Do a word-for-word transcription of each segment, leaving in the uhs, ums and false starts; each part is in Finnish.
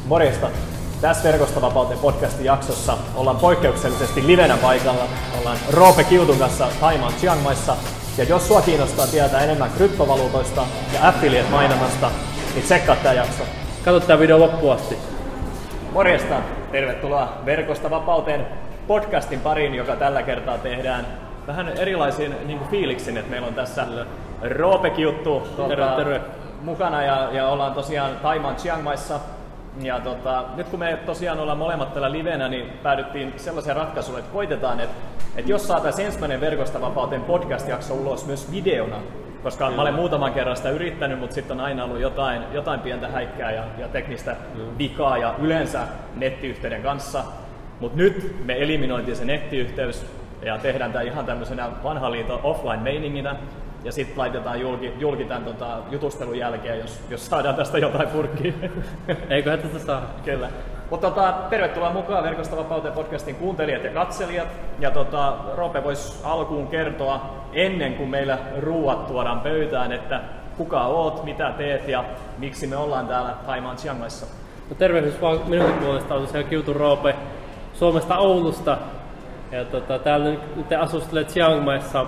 Morjesta! Tässä Verkostovapauteen podcastin jaksossa ollaan poikkeuksellisesti livenä paikalla. Ollaan Roope Kiutun kanssa Thaimaan Chiang Maissa. Ja jos sua kiinnostaa tietää enemmän kryptovaluutoista ja affiliate-mainonnasta, niin tsekkaa tää jakso. Katso tää video loppuun asti. Morjesta! Tervetuloa Verkostovapauteen podcastin pariin, joka tällä kertaa tehdään vähän erilaisiin niin kuin fiiliksin, että meillä on tässä Roope Kiuttu tuolta mukana ja, ja ollaan tosiaan Thaimaan Chiang Maissa. Ja tota, nyt kun me tosiaan ollaan molemmat täällä livenä, niin päädyttiin sellaiseen ratkaisuun, että koitetaan, että, että jos saataisiin ensimmäinen Verkostovapauteen podcast-jakso ulos myös videona, koska Kyllä. mä olen muutaman kerran sitä yrittänyt, mutta sitten on aina ollut jotain, jotain pientä häikkää ja, ja teknistä mm. vikaa ja yleensä nettiyhteyden kanssa. Mutta nyt me eliminoitiin se nettiyhteys ja tehdään tämä ihan tämmöisenä vanha liito offline-meininginä. Ja sitten laitetaan julki, julki tämän tota, jutustelun jälkeen, jos, jos saadaan tästä jotain purkkiä. Eiköhän tästä saa. Kyllä. Mutta tota, tervetuloa mukaan Verkostovapauteen podcastin kuuntelijat ja katselijat. Ja tota, Roope voisi alkuun kertoa, ennen kuin meillä ruuat tuodaan pöytään, että kuka oot, mitä teet ja miksi me ollaan täällä Thaimaan Chiang Maissa. No, tervehdys vaan minun puolesta on tosiaan Kiutun Roope Suomesta Oulusta. Ja tota, täällä nyt asustelee Chiang Maissa.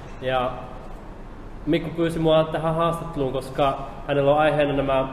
Ja Mikko pyysi mua tähän haastatteluun, koska hänellä on aiheena nämä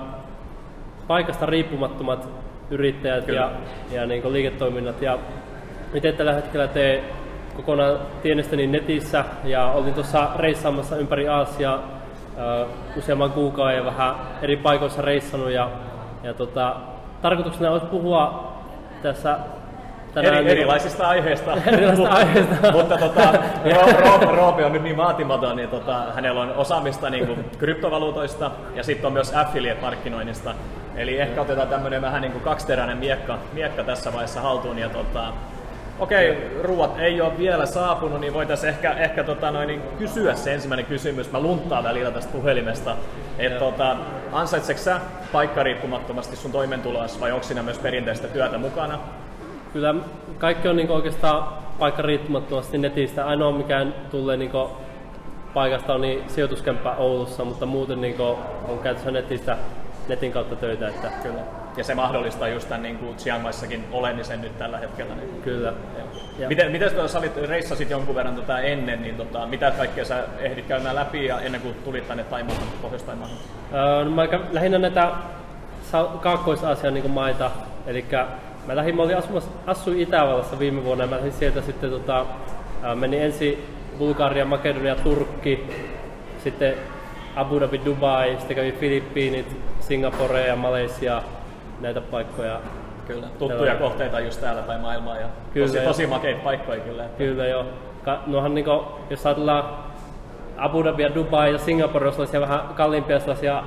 paikasta riippumattomat yrittäjät ja, ja niin kuin liiketoiminnat. Ja itse tällä hetkellä teen kokonaan tienestäni netissä ja olin tuossa reissaamassa ympäri Aasiaa uh, useamman kuukauden ja vähän eri paikoissa reissannut. Ja, ja tota, tarkoituksena olisi puhua tässä Eri, niin, erilaisista aiheista, erilaisista aiheista. mutta tota, Roope, Roope on nyt niin vaatimaton, niin tota, hänellä on osaamista niin kuin kryptovaluutoista ja sitten on myös affiliate-markkinoinnista. Eli ehkä otetaan tämmöinen vähän niin kuin kaksiteräinen miekka, miekka tässä vaiheessa haltuun. Ja tota, okei, okay, ruuat ei ole vielä saapunut, niin voitaisiin ehkä, ehkä tota noin, niin kysyä se ensimmäinen kysymys. Mä lunttaan välillä tästä puhelimesta. Että tota, ansaitseeko sä paikkariippumattomasti sun toimeentuloas vai onko siinä myös perinteistä työtä mukana? Kyllä kaikki on niin oikeastaan paikka riippumattomasti netistä. Ainoa mikä tulee niin paikasta on niin sijoituskämppä Oulussa, mutta muuten niin on käytössä netistä, netin kautta töitä. Että Kyllä. Ja se mahdollistaa just tämän niin kuin Chiang Maissakin olemisen nyt tällä hetkellä. Niin. Kyllä. Ja. Miten, miten sä olit, reissasit jonkun verran tota ennen, niin tota, mitä kaikkea sä ehdit käymään läpi ja ennen kuin tulit tänne Taimaahan, Pohjois-Taimaahan? Öö, no mä lähinnä näitä Kaakkois-Aasian niin maita. Elikkä Mä lähdin, mä olin asumassa, asuin Itävallassa viime vuonna ja mä lähdin sieltä sitten, tota, menin ensin Bulgaria, Makedonia, Turkki, sitten Abu Dhabi, Dubai, sitten kävin Filippiinit, Singapore ja Malesia, näitä paikkoja. Kyllä, tuttuja ja kohteita just täällä päin maailmaa ja kyllä, tosi, tosi makeita paikkoja kyllä. Kyllä joo. Nohan niinku, jos ajatellaan Abu Dhabi ja Dubai ja Singapore on sellaisia vähän kalliimpia sellaisia,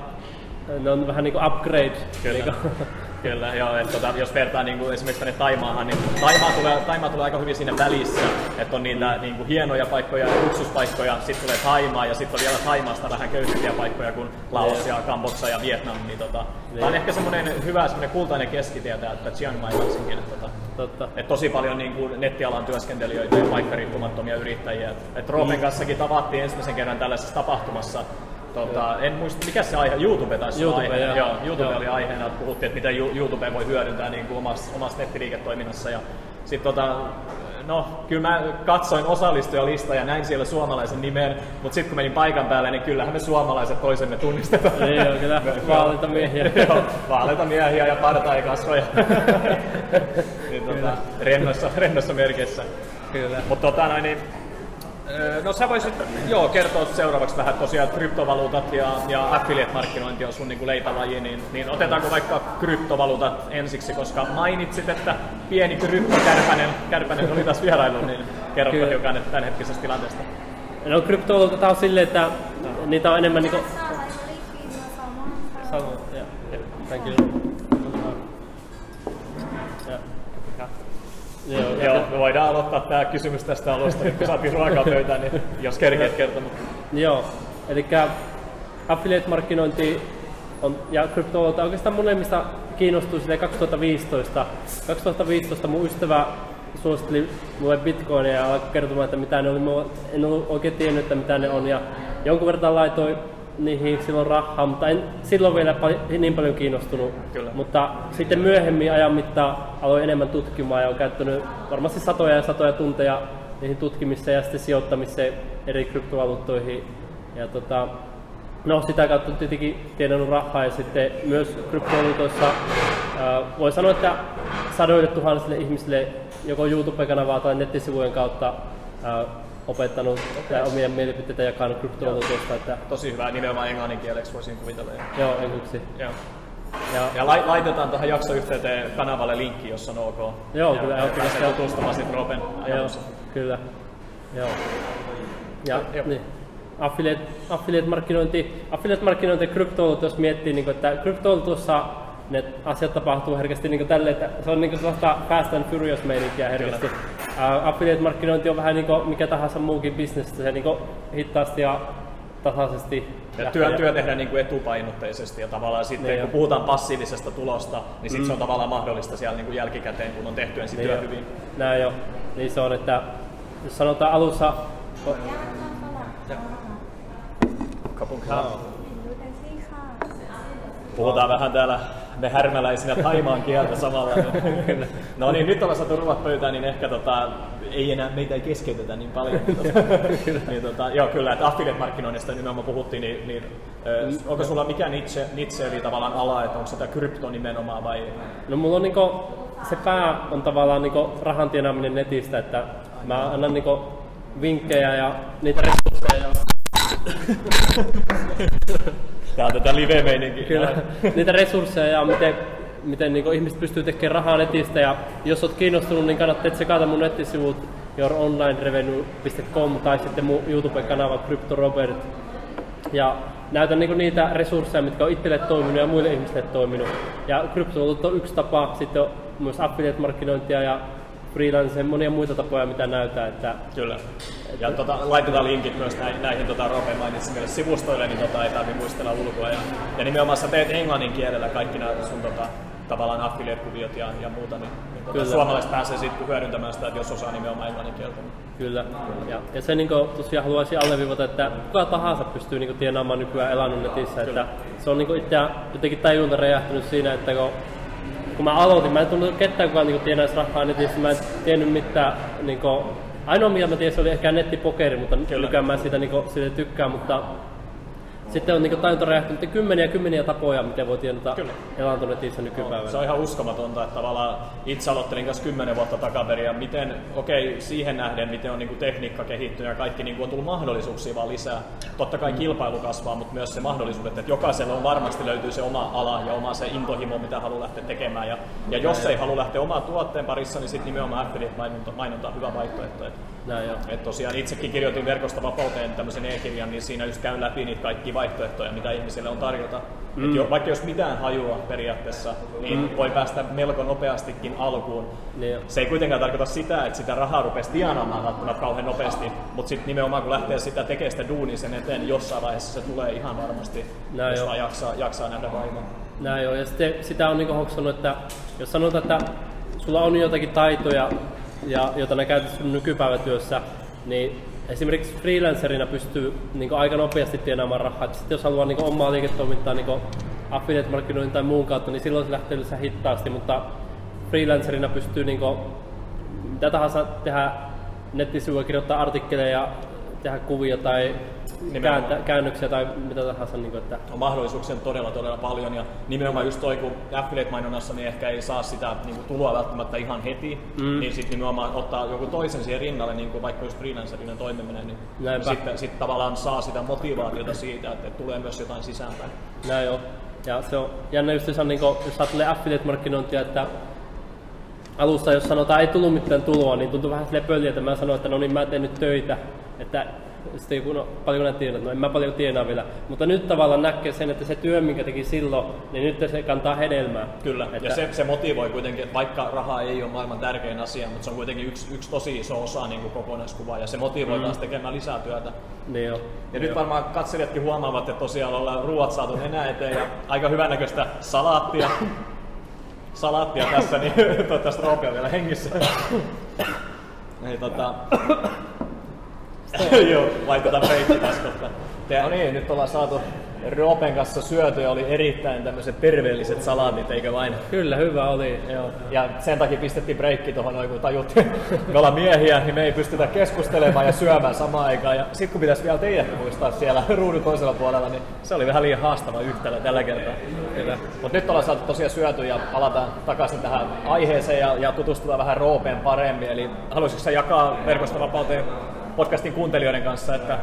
ne on vähän niinku upgrade. Kyllä. Niinku. Kyllä, joo, että tota, jos vertaa niin kuin esimerkiksi tänne Taimaahan, niin Taimaa tulee, Taimaa tulee aika hyvin siinä välissä, että on niitä niin kuin hienoja paikkoja ja luksuspaikkoja, sitten tulee Taimaa ja sitten on vielä Taimaasta vähän köyhempiä paikkoja kuin Laos ja Kambodža ja Vietnam, niin tota, tämä on ehkä semmoinen hyvä semmoinen kultainen keskitie täältä Chiang Mai varsinkin, että, tota, Totta. että tosi paljon niin kuin nettialan työskentelijöitä ja paikkariippumattomia yrittäjiä, että Roopen mm. kanssakin tavattiin ensimmäisen kerran tällaisessa tapahtumassa. Tota, en muista, mikä se aihe, YouTube taisi olla YouTube, aiheena. Joo. Joo, YouTube joo. oli aiheena, että puhuttiin, että miten YouTube voi hyödyntää niin kuin omassa, omassa nettiliiketoiminnassa. Ja sit, tota, no, kyllä mä katsoin osallistujalistaa ja näin siellä suomalaisen nimen, mutta sitten kun menin paikan päälle, niin kyllähän me suomalaiset toisemme tunnistetaan. Niin joo, kyllä, vaaleita miehiä. Joo, vaaleita miehiä ja partaikasvoja. niin, tota, rennossa, rennossa merkissä. Kyllä. Mutta tota, noin, niin, no sä voisit joo, kertoa seuraavaksi vähän tosiaan kryptovaluutat ja, ja affiliate-markkinointi on sun niin kuin leipälaji, niin, niin otetaanko vaikka kryptovaluutat ensiksi, koska mainitsit, että pieni kryptokärpänen Kärpänen oli tässä vierailu, niin kerropa hiukan tämänhetkisestä tilanteesta. No kryptovaluutat on silleen, että niitä on enemmän niinku Samo, ja, thank you. Joo, Joo, me voidaan aloittaa tämä kysymys tästä alusta, nyt kun saatiin ruokaa pöytään, niin jos kerkeet kertomaan. Joo, eli affiliate-markkinointi on, ja kryptovaluutta oikeastaan molemmista kiinnostui kaksituhattaviisitoista. kaksituhattaviisitoista mun ystävä suositteli mulle bitcoinia ja alkoi kertomaan, että mitä ne oli. En ollut oikein tiennyt, että mitä ne on. Ja jonkun verran laitoin niihin silloin rahaa, mutta en silloin vielä pal- niin paljon kiinnostunut. Kyllä. Mutta sitten myöhemmin ajan mittaan aloin enemmän tutkimaan ja olen käyttänyt varmasti satoja ja satoja tunteja niihin tutkimiseen ja sitten sijoittamiseen eri kryptovaluuttoihin. Ja tota, no sitä kautta tietenkin tienannut rahaa ja sitten myös kryptovaluutoissa ää, voi sanoa, että sadoille tuhansille ihmisille joko YouTube-kanavaa tai nettisivujen kautta ää, opettanut ja omia mielipiteitä jakanut kryptovaluutoista. Että... Tosi hyvä, nimenomaan englanninkieleksi voisin kuvitella. Joo, englanniksi. Joo. Ja, ja la, laitetaan tähän jaksoyhteyteen kanavalle linkki, jos on ok. Joo, ja, kyllä. Ja pääsee tutustumaan sitten Roopen ajatuksiin. Kyllä. Joo. Ja, ja niin. Affiliate, affiliate-markkinointi, affiliate-markkinointi ja kryptovaluutta, jos miettii, niin kuin, että kryptovaluutossa ne asiat tapahtuu herkästi niin tälleen, että se on niin sellaista fast and furious meininkiä herkästi. Uh, affiliate-markkinointi on vähän niin kuin mikä tahansa muukin bisnes, se niin hitaasti ja tasaisesti. Ja työ, työ tehdään niin kuin etupainotteisesti ja tavallaan sitten niin kun jo. puhutaan passiivisesta tulosta, niin sitten mm. se on tavallaan mahdollista siellä niin kuin jälkikäteen, kun on tehty ensin niin työ jo. hyvin. Näin jo. Niin se on, että jos sanotaan alussa... Oh. Puhutaan vähän täällä me härmäläisinä thaimaan kieltä samalla. No niin, nyt ollaan saatu ruvat pöytään, niin ehkä tota, ei enää, meitä ei keskeytetä niin paljon. Niin, tota, niin, tota, joo, kyllä, että affiliate-markkinoinnista nimenomaan puhuttiin, niin, niin mm. onko sulla mikä niche, niche eli tavallaan ala, että onko sitä krypto nimenomaan vai? No mulla on niinku, se pää on tavallaan niinku rahan tienaaminen netistä, että mä annan niinku vinkkejä ja niitä resursseja. Tää on tätä live-meininkiä. Kyllä, niitä resursseja ja miten, miten niin ihmiset pystyy tekemään rahaa netistä. Ja jos olet kiinnostunut, niin kannattaa tsekata mun nettisivut your online revenue piste com tai sitten mun YouTube-kanava CryptoRobert. Ja näytän niin niitä resursseja, mitkä on itselle toiminut ja muille ihmisille toiminut. Ja kryptovaluutta on yksi tapa, sitten on myös affiliate-markkinointia ja freelance, monia muita tapoja, mitä näyttää. Että, Kyllä. Ja että, tota, laitetaan linkit myös näihin, näihin tota, Roope mainitsimille sivustoille, niin tota, ei tarvitse muistella ulkoa. Ja, ja nimenomaan sä teet englannin kielellä kaikki nämä sun tota, tavallaan affiliate-kuviot ja, ja muuta, niin, niin tota, suomalaiset pääsee sitten hyödyntämään sitä, että jos osaa nimenomaan englannin kieltä. Niin. Kyllä. Ja, ja se niin kuin, tosiaan haluaisin alleviivata, että kuka tahansa pystyy niin kuin, tienaamaan nykyään elannon netissä. Että se on niin itseä jotenkin tajunta räjähtynyt siinä, että kun kun mä aloitin, mä en tullut ketään kukaan niin tienaisi rahaa netissä, mä en tiennyt mitään, niin kuin, ainoa mitä mä tiesin oli ehkä nettipokeri, mutta nykyään mä siitä, niin kuin, siitä tykkään, mutta sitten on niin tajunta räjähtynyt kymmeniä kymmeniä tapoja, miten voi tienata elanto netissä nykypäivänä. Se on ihan uskomatonta, että tavallaan itse aloittelin kanssa kymmenen vuotta takaperin ja miten, okei, okay, siihen nähden, miten on niin kuin tekniikka kehittynyt ja kaikki niin kuin on tullut mahdollisuuksia vaan lisää. Totta kai kilpailu kasvaa, mutta myös se mahdollisuudet, että jokaisella on varmasti löytyy se oma ala ja oma se intohimo, mitä haluaa lähteä tekemään. Ja, ja jos ei halua lähteä oman tuotteen parissa, niin sitten nimenomaan affiliate-mainonta on hyvä vaihtoehto. Näin jo. Et tosiaan itsekin kirjoitin Verkosta vapauteen tämmöisen e-kirjan, niin siinä just käyn läpi niitä kaikkia vaihtoehtoja, mitä ihmisille on tarjota. Mm. Et jo, vaikka jos mitään hajua periaatteessa, niin mm. voi päästä melko nopeastikin alkuun. Niin. Se ei kuitenkaan tarkoita sitä, että sitä rahaa rupesi tienaamaan välttämättä kauhean nopeasti, mutta sitten nimenomaan kun lähtee sitä tekemään sitä duunia sen eteen, niin jossain vaiheessa se tulee ihan varmasti, Näin jos vaan jaksaa, jaksaa nähdä vaivaa. Näin joo, ja sitten sitä on niin hoksannut, että jos sanotaan, että sulla on jotakin taitoja, ja jota ne käytät sun nykypäivätyössä, niin esimerkiksi freelancerina pystyy niin aika nopeasti tienaamaan rahaa. Sitten jos haluaa niin omaa liiketoimintaa niin affiliate-markkinoinnin tai muun kautta, niin silloin se lähtee lisää hitaasti, mutta freelancerina pystyy niin kuin, mitä tahansa tehdä nettisivuja, kirjoittaa artikkeleja ja tehdä kuvia tai kääntä, käännöksiä tai mitä tahansa. Niin kuin, että... On mahdollisuuksia todella todella paljon ja nimenomaan just toi, kun affiliate-mainonnassa niin ehkä ei saa sitä niin kuin tuloa välttämättä ihan heti, mm. niin sitten nimenomaan ottaa joku toisen siihen rinnalle, niin kuin vaikka just freelancerinen toimiminen, niin sitten sit tavallaan saa sitä motivaatiota siitä, että tulee myös jotain sisäänpäin. Näin joo. Ja se on jännä just, niin kuin, jos ajattelee affiliate-markkinointia, että alussa, jos sanotaan ei tullut mitään tuloa, niin tuntuu vähän silleen pöliä, että mä sanoin, että no niin mä teen nyt töitä, että sitten joku, no paljon nää tienaa, no en mä paljon tienaa vielä, mutta nyt tavallaan näkee sen, että se työ, minkä teki silloin, niin nyt se kantaa hedelmää. Kyllä, että... ja se, se motivoi kuitenkin, että vaikka raha ei ole maailman tärkein asia, mutta se on kuitenkin yksi, yksi tosi iso osa niin kuin kokonaiskuvaa, ja se motivoi mm. taas tekemään lisää työtä. Niin jo. Ja niin nyt jo. Varmaan katselijatkin huomaavat, että tosiaan ollaan ruuat saatu enää eteen, ja aika hyvännäköistä salaattia. Salaattia tässä, niin toivottavasti Roope on vielä hengissä. Ei, tota... Joo, laitetaan peittipaskottaa. No niin, nyt ollaan saatu Roopen kanssa syötyä, oli erittäin tämmöiset terveelliset salaatit, eikö vain? Kyllä, hyvä oli. Joo. Ja sen takia pistettiin breikki tuohon noin, kun tajuttiin, me ollaan miehiä, niin me ei pystytä keskustelemaan ja syömään samaan aikaan. Ja sit kun pitäisi vielä teidät muistaa siellä ruudun toisella puolella, niin se oli vähän liian haastava yhtälö tällä kertaa. Mutta nyt ollaan saatu tosiaan syöty ja palataan takaisin tähän aiheeseen ja, ja tutustutaan vähän Roopeen paremmin. Eli haluaisitko sä jakaa Verkosta vapauteen podcastin kuuntelijoiden kanssa, että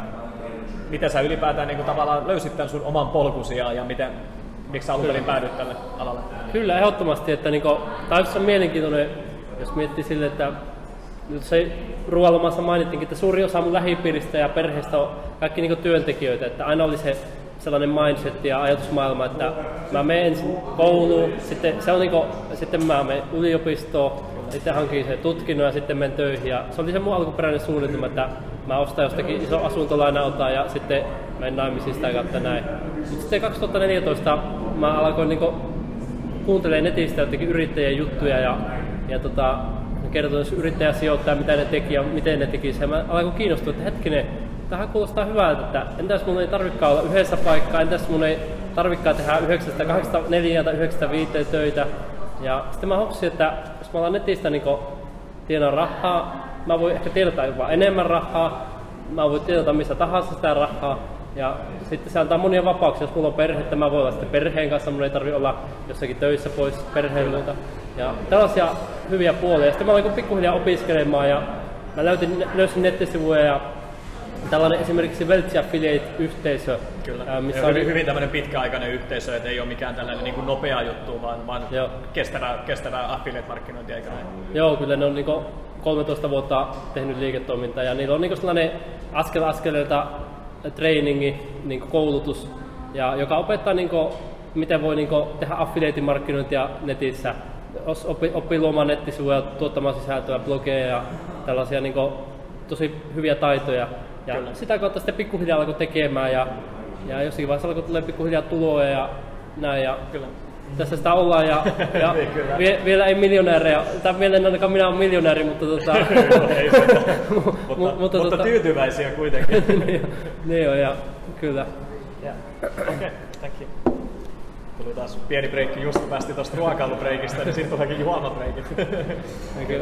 miten sä ylipäätään niin kuin tavallaan löysit tämän sun oman polkusi ja, ja miten, miksi sä alun perin päädyit tälle alalle? Kyllä, ehdottomasti. Että niin kuin, tämä on mielenkiintoinen, jos miettii sille, että nyt se ruoalomassa mainittiinkin, että suuri osa mun lähipiiristä ja perheestä on kaikki niin kuin työntekijöitä, että aina oli se sellainen mindset ja ajatusmaailma, että mä menen ensin kouluun, sitten, se on niin kuin, sitten mä menen yliopistoon, sitten hankin se tutkinnon ja sitten menen töihin. Ja se oli se mun alkuperäinen suunnitelma, että mä ostan jostakin iso asuntolaina otan ja sitten menen naimisiin sitä kautta näin. Mutta sitten kaksituhattaneljätoista mä alkoin niinku kuuntelemaan netistä jotenkin yrittäjien juttuja ja, ja tota, kertoin, jos yrittäjä sijoittaa, mitä ne teki ja miten ne tekisi. Ja mä alkoin kiinnostua, että hetkinen, tähän kuulostaa hyvältä, että entäs mun ei tarvikaan olla yhdessä paikkaa, entäs mun ei tarvikaan tehdä yhdeksästä kahdeksankymmentäneljä tai yhdeksästä viiteen töitä. Ja sitten mä hoksin, että jos mä alan netistä niin tienaa rahaa, mä voin ehkä tienata jopa enemmän rahaa, mä voin tienata missä tahansa sitä rahaa. Ja sitten se antaa monia vapauksia, jos mulla on perhe, että mä voin olla sitten perheen kanssa, mun ei tarvitse olla jossakin töissä pois perheen luota. Ja tällaisia hyviä puolia. Ja sitten mä aloin pikkuhiljaa opiskelemaan ja mä löytin, löysin nettisivuja ja tällainen esimerkiksi Weltsi Affiliate-yhteisö. Kyllä. Ää, missä oli hyvin tämmöinen pitkäaikainen yhteisö, että ei ole mikään tällainen niin kuin nopea juttu, vaan, vaan kestävää, kestävää affiliate-markkinointia, eikä näin? Joo, kyllä ne on niin kuin kolmetoista vuotta tehnyt liiketoimintaa ja niillä on niin kuin sellainen askel askeleelta trainingi, niin kuin koulutus, ja joka opettaa niin kuin, miten voi niin kuin, tehdä affiliate-markkinointia netissä. Oppii oppi luomaan nettisivuja, tuottamaan sisältöä, blogeja ja tällaisia niin kuin, tosi hyviä taitoja. Ja Kyllä. sitä kautta sitten pikkuhiljaa alkoi tekemään ja, ja jossakin vaiheessa alkoi tulla pikkuhiljaa tuloja ja näin. Ja Kyllä. tässä sitä ollaan ja, ja vie, vielä ei miljonäärejä, tai vielä en ainakaan minä olen miljonääri, mutta tota, ei mutta, mutta, mutta tota, tyytyväisiä kuitenkin. niin, niin on ja kyllä. Yeah. Okei, okay, thank you. Tuli taas pieni breikki, just päästi tuosta ruokailubreikistä, niin sitten tuleekin juomabreikit. Kyllä.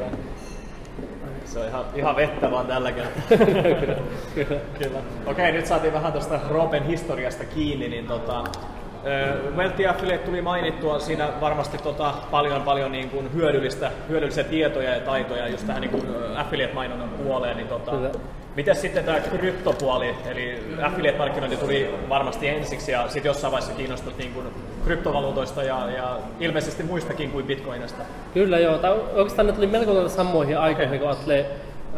Se on ihan, ihan vettä vaan tällä kertaa. Kyllä. Kyllä. Kyllä. Okei, nyt saatiin vähän tuosta Roopen historiasta kiinni, niin tota, Weltsi Affiliate tuli mainittua, siinä varmasti tota, paljon paljon niin kuin hyödyllistä, hyödyllisiä tietoja ja taitoja just tähän niin kuin affiliate-mainonnan puoleen. Niin tota, miten sitten tämä kryptopuoli, eli affiliate-markkinointi tuli varmasti ensiksi ja sitten jossain vaiheessa kiinnostut niin kuin kryptovaluutoista ja, ja ilmeisesti muistakin kuin bitcoinista? Kyllä joo, tai oikeastaan ne tuli melko lailla samoihin aikoihin, okay. kun ajattelee,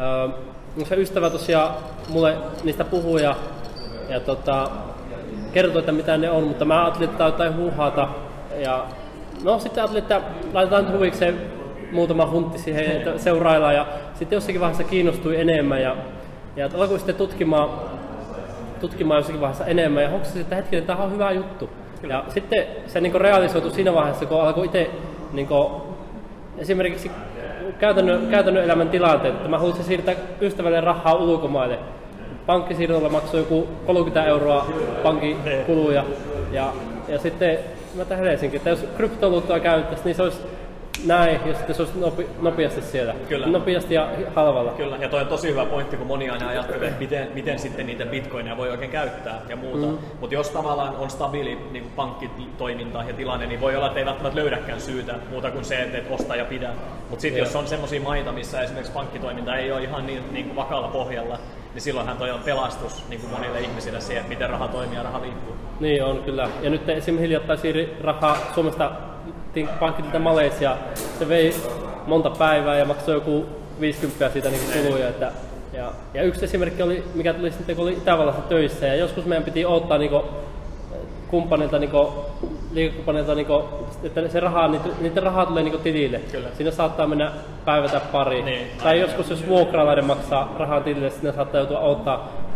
äh, se ystävä tosiaan mulle niistä puhui ja, ja tota, kertoi, että mitä ne on, mutta mä ajattelin, että tämä on jotain huuhaata. Ja no sitten ajattelin, että laitetaan nyt huvikseen muutama huntti siihen, että seuraillaan. Ja sitten jossakin vaiheessa kiinnostui enemmän ja, ja alkoi sitten tutkimaan, tutkimaan jossakin vaiheessa enemmän ja hoksasin, että hetkinen, tämä on hyvä juttu. Kyllä. Ja sitten se niin realisoitui siinä vaiheessa, kun alkoi itse niin esimerkiksi käytännön, käytännön elämän tilanteet, että mä haluaisin siirtää ystävälle rahaa ulkomaille. Pankkisiirrolla maksoi joku kolmekymmentä euroa pankkikuluja ja, ja sitten mä tähdäisinkin, että jos kryptovaluuttaa käyttäisiin, niin se olisi näin ja sitten se olisi nope, nopeasti siellä. Kyllä. Nopeasti ja halvalla. Kyllä, ja toi on tosi hyvä pointti, kun moni aina ajattelee, että miten, miten sitten niitä bitcoinia voi oikein käyttää ja muuta. Mm. Mutta jos tavallaan on stabiili niin kuin pankkitoiminta ja tilanne, niin voi olla, että ei välttämättä löydäkään syytä muuta kuin se, että et osta ja pidä. Mutta sitten jos on semmoisia maita, missä esimerkiksi pankkitoiminta ei ole ihan niin, niin kuin vakaalla pohjalla, niin silloinhan toi on pelastus niin kuin monille ihmisille siihen, että miten raha toimii ja raha liikkuu. Niin on kyllä. Ja nyt esimerkiksi hiljattain siirri rahaa Suomesta pankkitilta Malesia. Se vei monta päivää ja maksoi joku viisikymmentä siitä niin kuluja. Että, ja, ja yksi esimerkki oli, mikä tuli sitten, kun oli Itävallassa töissä ja joskus meidän piti odottaa niin kumppanilta, niin liikekumppanilta, niin että se raha, niiden rahaa tulee niin tilille. Kyllä. Siinä saattaa mennä päivä tai pari. Niin, tai joskus jos vuokralainen maksaa rahaa tilille, siinä saattaa joutua odottaa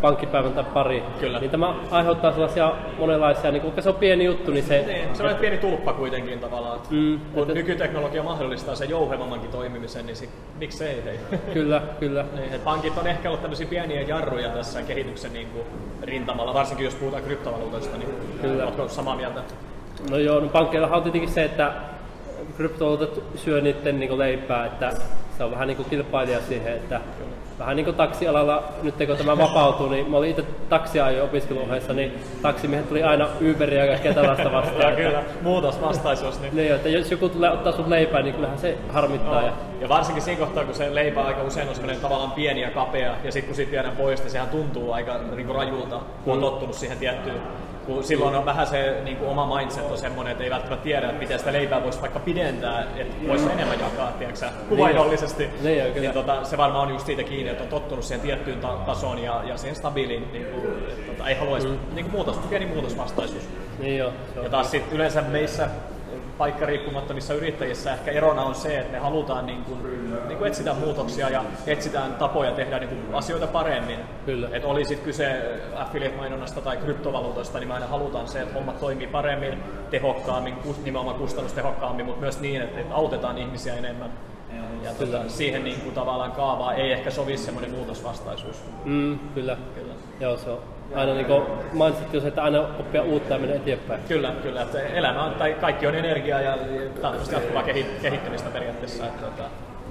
pankkipäivän tai pari. Kyllä. Niin tämä aiheuttaa sellaisia monenlaisia, niin kun se on pieni juttu, niin se... Niin, se on pieni tulppa kuitenkin tavallaan. Mm, kun että, nykyteknologia mahdollistaa sen jouhevammankin toimimisen, niin sit, miksei hei? Kyllä, kyllä. Niin, pankit on ehkä ollut tämmöisiä pieniä jarruja tässä kehityksen niin kuin rintamalla, varsinkin jos puhutaan kryptovaluutoista, niin kyllä. Oletko samaa mieltä? No joo, no pankkeillahan on tietenkin se, että kryptovaluutat syö niiden niin leipää, että se on vähän niin kuin kilpailija siihen, että kyllä. Vähän niin kuin taksialalla, nyt kun tämä vapautuu, niin mä olin itse taksia ajoin opiskeluohjeessa, niin taksimiehet tuli aina Uberia ja kaikkea tällaista vastaan. Ja kyllä, muutos vastaisuus. Niin. Niin, että jos joku tulee ottaa sun leipää, niin kyllähän se harmittaa. No. Ja... ja varsinkin siinä kohtaa, kun se leipä aika usein on semmoinen tavallaan pieni ja kapea, ja sitten kun siitä viedään pois, niin sehän tuntuu aika niin kuin rajulta, kun on tottunut siihen tiettyyn. Kun silloin on vähän se niin kuin oma mindset on semmoinen, että ei välttämättä tiedä, että miten sitä leipää voisi vaikka pidentää, että voisi enemmän jakaa, tiedätkö kuvainnollisesti. Niin, niin, niin, tota, se varmaan on just siitä kiinni, että on tottunut siihen tiettyyn ta- tasoon ja, ja siihen stabiiliin, niin kuin, että, tota, ei haluaisi mm. niin kuin muutos, pieni muutosvastaisuus. Niin jo, ja taas sitten yleensä meissä paikkariippumattomissa yrittäjissä ehkä erona on se, että me halutaan niin kuin, niin kuin etsitään muutoksia ja etsitään tapoja tehdä niin kuin asioita paremmin. Kyllä. Et oli sitten kyse affiliate-mainonnasta tai kryptovaluutoista, niin me aina halutaan se, että hommat toimii paremmin, tehokkaammin, nimenomaan kustannustehokkaammin, mutta myös niin, että autetaan ihmisiä enemmän. Ja tuota, siihen niin kuin, tavallaan kaavaa ei ehkä sovi semmoinen muutosvastaisuus. Mm, kyllä. kyllä. Joo, se on. Aina niin mindset on se, että aina oppia uutta ja mennä eteenpäin. Kyllä, kyllä. Että elämä on, tai kaikki on energiaa ja jatkuvaa kehittämistä periaatteessa. Että, että,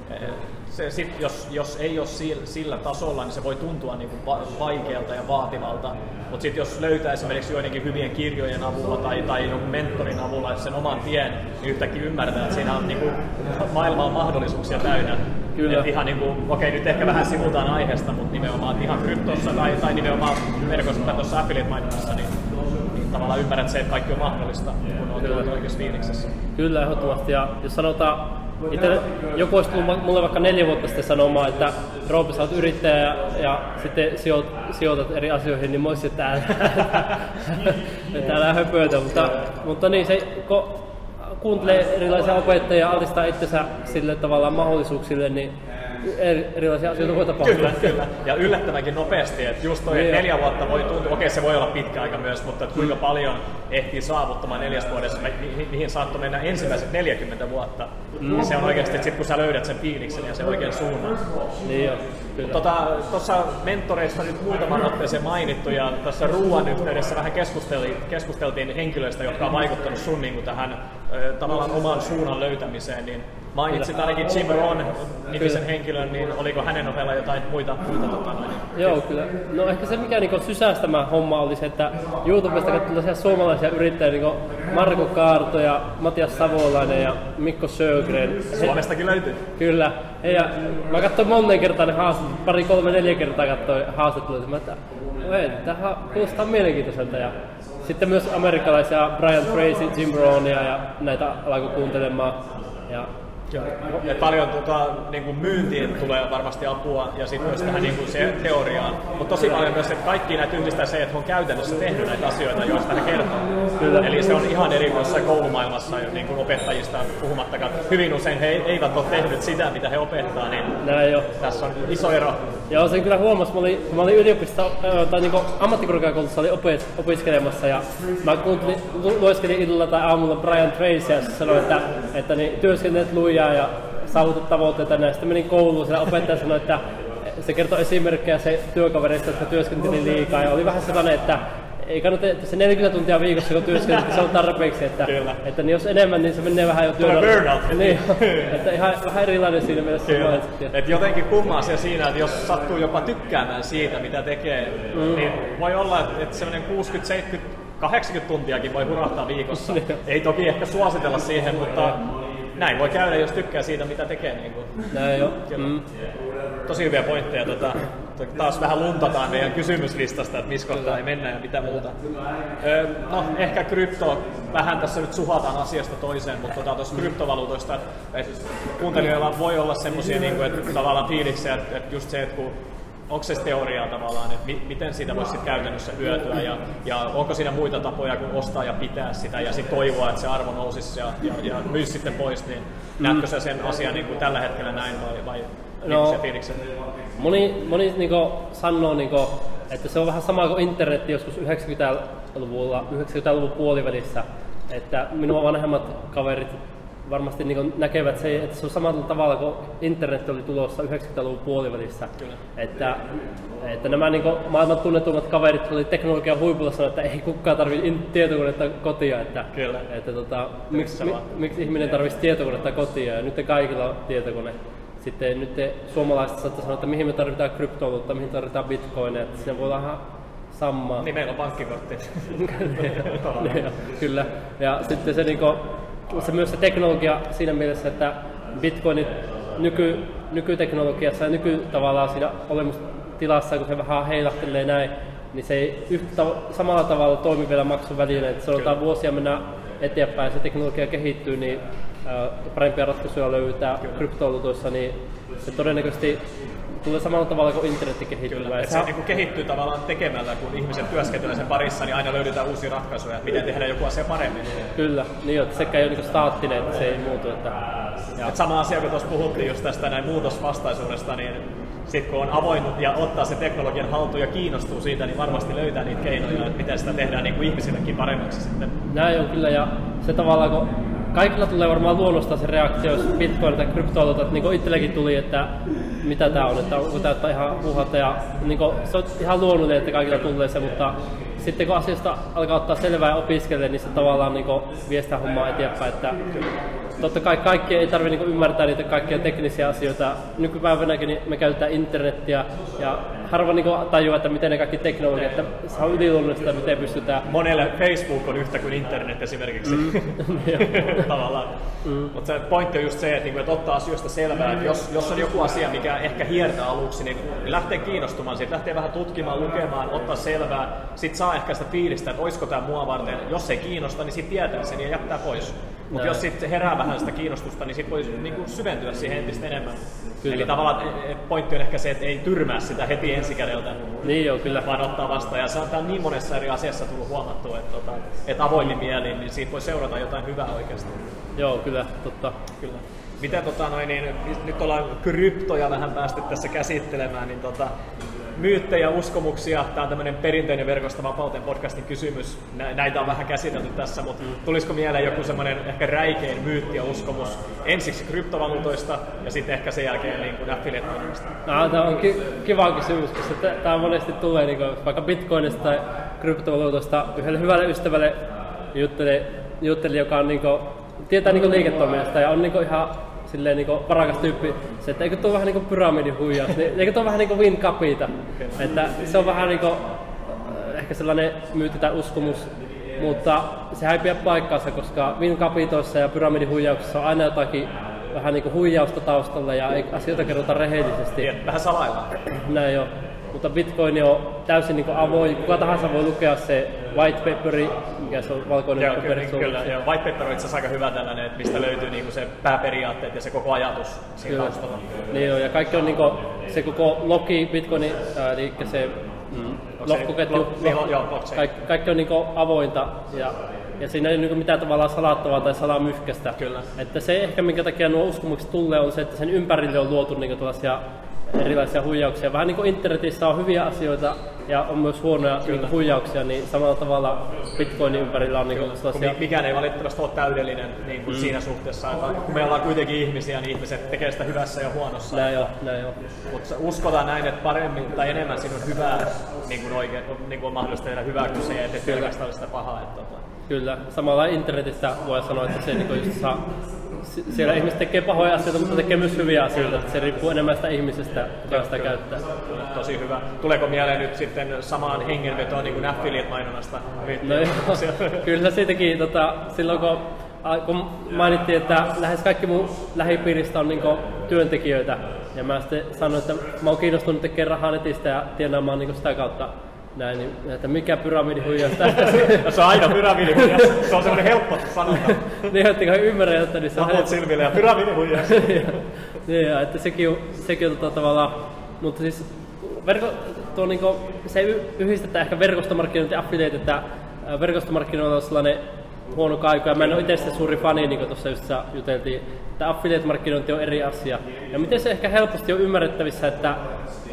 se, sit, jos, jos ei ole sillä, sillä tasolla, niin se voi tuntua niin kuin vaikealta ja vaativalta. Mutta sitten jos löytää esimerkiksi joidenkin hyvien kirjojen avulla tai, tai jonkun mentorin avulla sen oman tien, niin yhtäkkiä ymmärtää, että siinä on niin kuin, maailma on mahdollisuuksia täynnä. Kyllä. Ihan niin kuin, okei, nyt ehkä vähän sivutaan aiheesta, mutta nimenomaan ihan kryptossa tai, tai nimenomaan verkossa tai tuossa affiliate-mainonnassa, niin, niin tavallaan ymmärrät se, että kaikki on mahdollista, kun on tullut oikeassa fiiliksessä. Kyllä, ehdottomasti. Ja jos sanotaan, itse, joku olisi tullut mulle vaikka neljä vuotta sitten sanomaan, että Roope, sä oot yrittäjä ja, ja sitten sijoit, sijoitat eri asioihin, niin mä olisin täällä, täällä höpöitä. Mutta, mutta niin, se, kun kuuntelee erilaisia opettajia ja altistaa itsensä sille tavallaan mahdollisuuksille, niin erilaisia asioita voi tapahtua. Kyllä, kyllä. Ja yllättävänkin nopeasti, että just toi niin neljä vuotta voi tuntua, okei se voi olla pitkä aika myös, mutta että kuinka paljon ehtii saavuttamaan neljäs vuodessa, mi- mihin saattoi mennä ensimmäiset neljäkymmentä vuotta. Mm. Ja se on oikeasti, että sit kun sä löydät sen fiiliksen ja sen oikean suunnan. Niin jo, kyllä. Tuossa tota, mentoreista nyt muutaman otteeseen mainittu ja tässä ruoan yhteydessä vähän keskusteltiin, keskusteltiin henkilöistä, jotka on vaikuttanut sun niin kuin tähän ö, tavallaan oman suunnan löytämiseen. Niin mainitsit ainakin Jim Rohn nimisen henkilön, niin oliko hänen ohella jotain muita? muita tota, noin? Joo, kyllä. No ehkä se mikä niin sysäsi tämä homma oli se, että YouTubesta katsoi suomalaisia yrittäjiä, niin Marko Kaarto ja Matias Savolainen ja Mikko Sjögren. Suomestakin löytyy. Kyllä. Ja mä katsoin monen kertaa ne haastattelut, pari, kolme, neljä kertaa katsoin haastattelut. Mä että tämä kuulostaa mielenkiintoiselta. Ja sitten myös amerikkalaisia Brian Tracy, Jim Rohnia ja näitä alkoi kuuntelemaan. Ja ja paljon tota, niin kuin myyntiin tulee varmasti apua ja sitten myös tähän niin kuin se teoriaan. Mutta tosi paljon myös, että kaikki näitä yhdistää se, että he on käytännössä tehnyt näitä asioita, joista he kertoo. Kyllä. Eli se on ihan eri kuin koulumaailmassa niin kuin opettajista puhumattakaan. Hyvin usein he eivät ole tehnyt sitä, mitä he opettaa, niin näin jo. Tässä on iso ero. Joo, sen kyllä huomasin. Mä olin, mä olin yliopistossa, tai niin ammattikorkeakoulussa olin opet, opiskelemassa ja mä kuuntelin, lueskelin illalla tai aamulla Brian Tracyä ja sanoi, että, että niin, työskentelyt lujaa ja saavutat tavoitteita. Ja sitten menin kouluun, siellä opettaja sanoi, että se kertoi esimerkkejä se työkavereista, jotka työskenteli liikaa. Ja oli vähän sellainen, että ei kannata, että se neljäkymmentä tuntia viikossa kun työskentelee, se on tarpeeksi. Että, että niin jos enemmän, niin se menee vähän jo työllä. Burnout. Niin, että ihan vähän erilainen siinä mielessä. Et jotenkin kumma asia siinä, että jos sattuu jopa tykkäämään siitä, mitä tekee, mm. niin voi olla, että semmoinen kuusikymmentä, seitsemänkymmentä, kahdeksankymmentä tuntiakin voi hurahtaa viikossa. Ei toki ehkä suositella siihen, mutta näin voi käydä, jos tykkää siitä, mitä tekee. Niin kuin. Näin jo. Mm. Tosi hyviä pointteja. Tota, taas vähän luntataan meidän kysymyslistasta, että missä kohtaa ei mennä ja mitä muuta. Öö, no, ehkä krypto, vähän tässä nyt suhataan asiasta toiseen, mutta tuossa tota, kryptovaluutoista, että kuuntelijoilla voi olla semmoisia niin että tavallaan fiiliksiä, että, että just se, että kun onko se teoriaa tavallaan, että mi- miten siitä voisi sit käytännössä hyötyä ja, ja onko siinä muita tapoja kuin ostaa ja pitää sitä ja sitten toivoa, että se arvo nousisi ja, ja, ja myisi sitten pois, niin mm. näetkö sä sen asian niin kuin tällä hetkellä näin vai, vai no, se fiiliksen? Moni, moni niin sanoo niin Että se on vähän sama kuin internet joskus yhdeksänkymmentäluvulla, yhdeksänkymmentäluvun puolivälissä. Että minun vanhemmat kaverit varmasti niin näkevät se, että se on samalla tavalla kuin internet oli tulossa yhdeksänkymmentäluvun puolivälissä. Että, että nämä niin maailman tunnetummat kaverit oli teknologian huipulla sanoa, että ei kukaan tarvitse tietokonetta kotia. Että, että tota, miksi, mi, miksi ihminen tarvitsisi tietokonetta kotia ja nyt kaikilla on tietokone. Sitten nyt te suomalaiset saatte sanoa, että mihin me tarvitaan kryptovaluutta, mihin tarvitaan bitcoinia, että siinä voi olla ihan samaa. Niin meillä on pankkikortti. Kyllä. Ja sitten se, niinku, se myös se teknologia siinä mielessä, että bitcoinit nyky, nykyteknologiassa ja nykytavallaan siinä olemustilassa, kun se vähän heilahtelee näin, niin se ei yhtä samalla tavalla toimi vielä maksuväline. Että sanotaan vuosia mennään eteenpäin ja se teknologia kehittyy, niin parempia ratkaisuja löytää kryptovaluutoissa, niin se todennäköisesti tulee samalla tavalla kuin internetti kehittyy. Kyllä, se, se niin kehittyy tavallaan tekemällä, kun ihmiset työskentelee sen parissa, niin aina löydetään uusia ratkaisuja, miten tehdään joku asia paremmin. Kyllä, niin että sekä ei ole niin staattinen, että se ei muutu. Että, Et sama asia, kun tuossa puhuttiin just tästä näin muutosvastaisuudesta, niin sitten kun on avoin ja ottaa se teknologian haltuun ja kiinnostuu siitä, niin varmasti löytää niitä keinoja, että miten sitä tehdään niin kuin ihmisillekin paremmaksi sitten. Näin on kyllä, ja se tavallaan, kun kaikilla tulee varmaan luonnostaan se reaktio, jos bitcoin tai kryptovaluutat, niin kuin itselläkin tuli, että mitä tää on, että onko tää ihan puhata, ja niin kuin, se on ihan luonnollinen, että kaikilla tulee se, mutta sitten kun asiasta alkaa ottaa selvää ja opiskelee, niin se tavallaan niin kuin, vie sitä hommaa eteenpäin, että totta kai kaikki ei tarvitse niin ymmärtää niitä kaikkia teknisiä asioita. Nykypäivänäkin niin me käytetään internettiä ja harva niin tajuaa, että miten ne kaikki teknologiat, että se on yliluonnollista, miten pystytään. Monelle Facebook on yhtä kuin internet esimerkiksi. Mm. Tavallaan. Mm. Mutta se pointti on just se, että, että ottaa asioista selvää, että jos, jos on joku asia, mikä ehkä hiertää aluksi, niin lähtee kiinnostumaan siitä, lähtee vähän tutkimaan, lukemaan, ottaa selvää, sitten saa ehkä sitä fiilistä, että olisiko tämä mua varten. Jos ei kiinnosta, niin sitten tietää sen ja jättää pois. Mutta jos sitten herää vähän sitä kiinnostusta, niin sitten voi niinku syventyä siihen entistä enemmän. Kyllä. Eli tavallaan pointti on ehkä se, että ei tyrmää sitä heti ensikädeltä, niin joo, kyllä. vaan ottaa vastaan. Ja se on niin monessa eri asiassa tullut huomattua, että, että, että avoimin mielin, niin siitä voi seurata jotain hyvää oikeasti. Joo, kyllä, totta. Kyllä. Miten tota, noin, niin, nyt ollaan kryptoja vähän päästy tässä käsittelemään, niin tota, myyttejä, uskomuksia. Tämä on tämmöinen perinteinen Verkosta vapauteen podcastin kysymys. Näitä on vähän käsitelty tässä, mutta tulisiko mieleen joku semmoinen ehkä räikein myytti ja uskomus ensiksi kryptovaluutoista ja sitten ehkä sen jälkeen niin kuin affiliate-toiminnasta? No, tämä on ki- kiva kysymys, koska tämä monesti tulee niin kuin, vaikka bitcoinista tai kryptovaluutoista yhdelle hyvälle ystävälle jutteli, jutteli joka on, niin kuin, tietää niin kuin liiketoiminnasta ja on niin kuin ihan silleen niinku varakas tyyppi, se, että eikö tuo vähän niinku pyramidin huijaus, niin eikö tuo vähän niinku win capita, että se on vähän niinku ehkä sellainen myytti tai uskomus, mutta sehän ei pidä paikkaansa, koska win capitoissa ja pyramidin huijauksessa on aina jotakin vähän niinku huijausta taustalla ja ei asioita kerrota rehellisesti. Ja, vähän salaillaan. Näin jo. Mutta Bitcoin on täysin niin avoin. Kuka tahansa voi lukea se white paperi, mikä se on valkoinen joo, paperi. Kyllä, kyllä. Ja white paper on itse asiassa aika hyvä tällainen, että mistä löytyy niin se pääperiaatteet ja se koko ajatus siinä taustalla. Niin on, ja kaikki on niin kuin, se koko logi Bitcoinin, äh, eli se mm, lohkoketju, niin, joo, kaikki, kaikki on niin kuin avointa. Ja, ja siinä ei ole niin mitään tavallaan salattavaa tai salamyhkästä. Kyllä. Että se ehkä minkä takia nuo uskomukset tulee on se, että sen ympärille on luotu niin tällaisia erilaisia huijauksia. Vähän niin kuin internetissä on hyviä asioita ja on myös huonoja niin huijauksia, niin samalla tavalla Bitcoinin ympärillä on niin sellaisia... Mikään ei valitettavasti ole täydellinen niin kuin mm. siinä suhteessa, että kun me ollaan kuitenkin ihmisiä, niin ihmiset tekee sitä hyvässä ja huonossa. Näin jo, näin jo. Mutta uskotaan näin, että paremmin tai enemmän siinä on hyvää, niin kuin oikein, niin kuin on mahdollista tehdä hyvää kyse ja ettei pelkästään ole sitä pahaa. Että, tota. Kyllä, samalla internetissä voi sanoa, että se niin just saa, siellä ihmiset tekee pahoja asioita, mutta tekee myös hyviä asioita. Se riippuu enemmän sitä ihmisestä, joka sitä käyttää. Tosi hyvä. Tuleeko mieleen nyt sitten samaan hengenvetoon niin kuin affiliate-mainonnasta? No kyllä siitäkin, tota, silloin kun, kun mainittiin, että lähes kaikki mun lähipiiristä on niin työntekijöitä, ja mä sitten sanoin, että mä oon kiinnostunut tekemään rahaa netistä ja tienaamaan niin sitä kautta. Näin, niin, että mikä pyramidihuijaus tästä? Se on aina pyramidihuijaus. Se on semmoinen helppo sanonta. Niin, etteikö ymmärrä, että niin se on helppo. Silmille ja pyramidihuijaus. Niin, että sekin on, sekin on tota, tavallaan, mutta siis verko, tuo, niin kuin, se ei yhdistetä ehkä verkostomarkkinointi ja affiliate, että verkostomarkkinoilla on sellainen huono kaiku, ja mä en ole itse se suuri fani, niin kuin tuossa just juteltiin, että affiliate-markkinointi on eri asia. Ja miten se ehkä helposti on ymmärrettävissä, että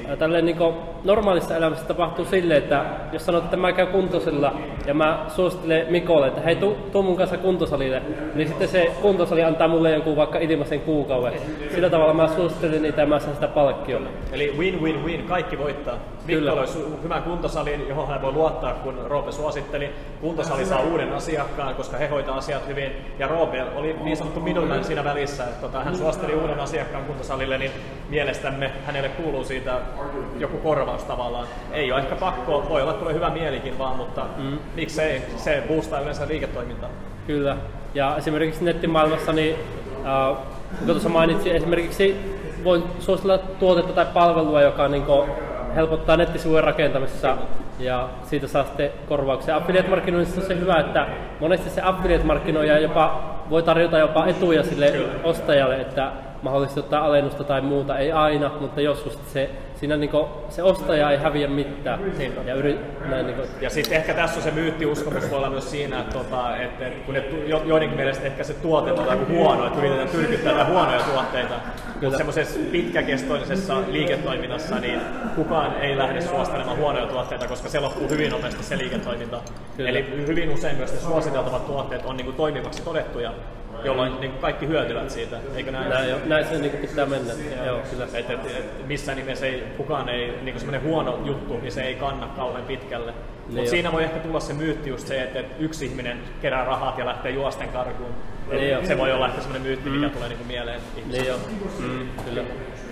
tälleen niin normaalissa elämässä tapahtuu silleen, että jos sanot, että mä käyn kuntosalilla ja mä suosittelen Mikolle, että hei, tuu, tuu mun kanssa kuntosalille, niin sitten se kuntosali antaa mulle jonkun vaikka ilmaisen kuukauden. Sillä tavalla mä suosittelen niitä ja mä saan sitä palkkiolla. Eli win-win-win, kaikki voittaa. Mikko olisi hyvän kuntosalin, johon hän voi luottaa, kun Roope suositteli. Kuntosali saa uuden asiakkaan, koska he hoitaa asiat hyvin. Ja Roope oli niin sanottu middleman siinä välissä, että tota, hän suositteli uuden asiakkaan kuntosalille, niin mielestämme hänelle kuuluu siitä joku korvaus tavallaan. Ei ole ehkä pakko, voi olla tulee hyvä mielikin vaan, mutta mm. miksei, se boostaa yleensä liiketoimintaa. Kyllä, ja esimerkiksi nettimaailmassa, niin äh, kun tuossa mainitsin, esimerkiksi voin suositella tuotetta tai palvelua, joka niin kuin helpottaa nettisivujen rakentamisessa ja siitä saa sitten korvauksia. Affiliate-markkinoinnissa on se hyvä, että monesti se affiliate-markkinoija jopa voi tarjota jopa etuja sille Kyllä. ostajalle, että mahdollisesti ottaa alennusta tai muuta, ei aina, mutta joskus se, siinä niinku, se ostaja ei häviä mitään. Ja, yri, näin niinku. Ja sitten ehkä tässä on se myyttiuskomus voi olla myös siinä, että, tota, että kun ne, jo, joidenkin mielestä ehkä se tuote on joku huono, että yritetään tyrkyttää huonoja tuotteita. Mutta semmoisessa pitkäkestoisessa liiketoiminnassa niin kukaan ei lähde suostelemaan huonoja tuotteita, koska se loppuu hyvin nopeasti se liiketoiminta. Kyllä. Eli hyvin usein myös ne suositeltavat tuotteet on niinku toimivaksi todettuja, jolloin niin kaikki hyötyvät siitä, eikö näin? Näin, jo, näin se niin pitää mennä. Joo, kyllä. Et, et, et, missään nimessä ei, kukaan ei, niin semmoinen huono juttu, niin se ei kanna kauhean pitkälle. Mutta siinä voi ehkä tulla se myytti just se, että et yksi ihminen kerää rahat ja lähtee juosten karkuun. Niin se voi olla ehkä semmoinen myytti, mikä mm. tulee niin mieleen ihmisille. Niin joo, mm, kyllä.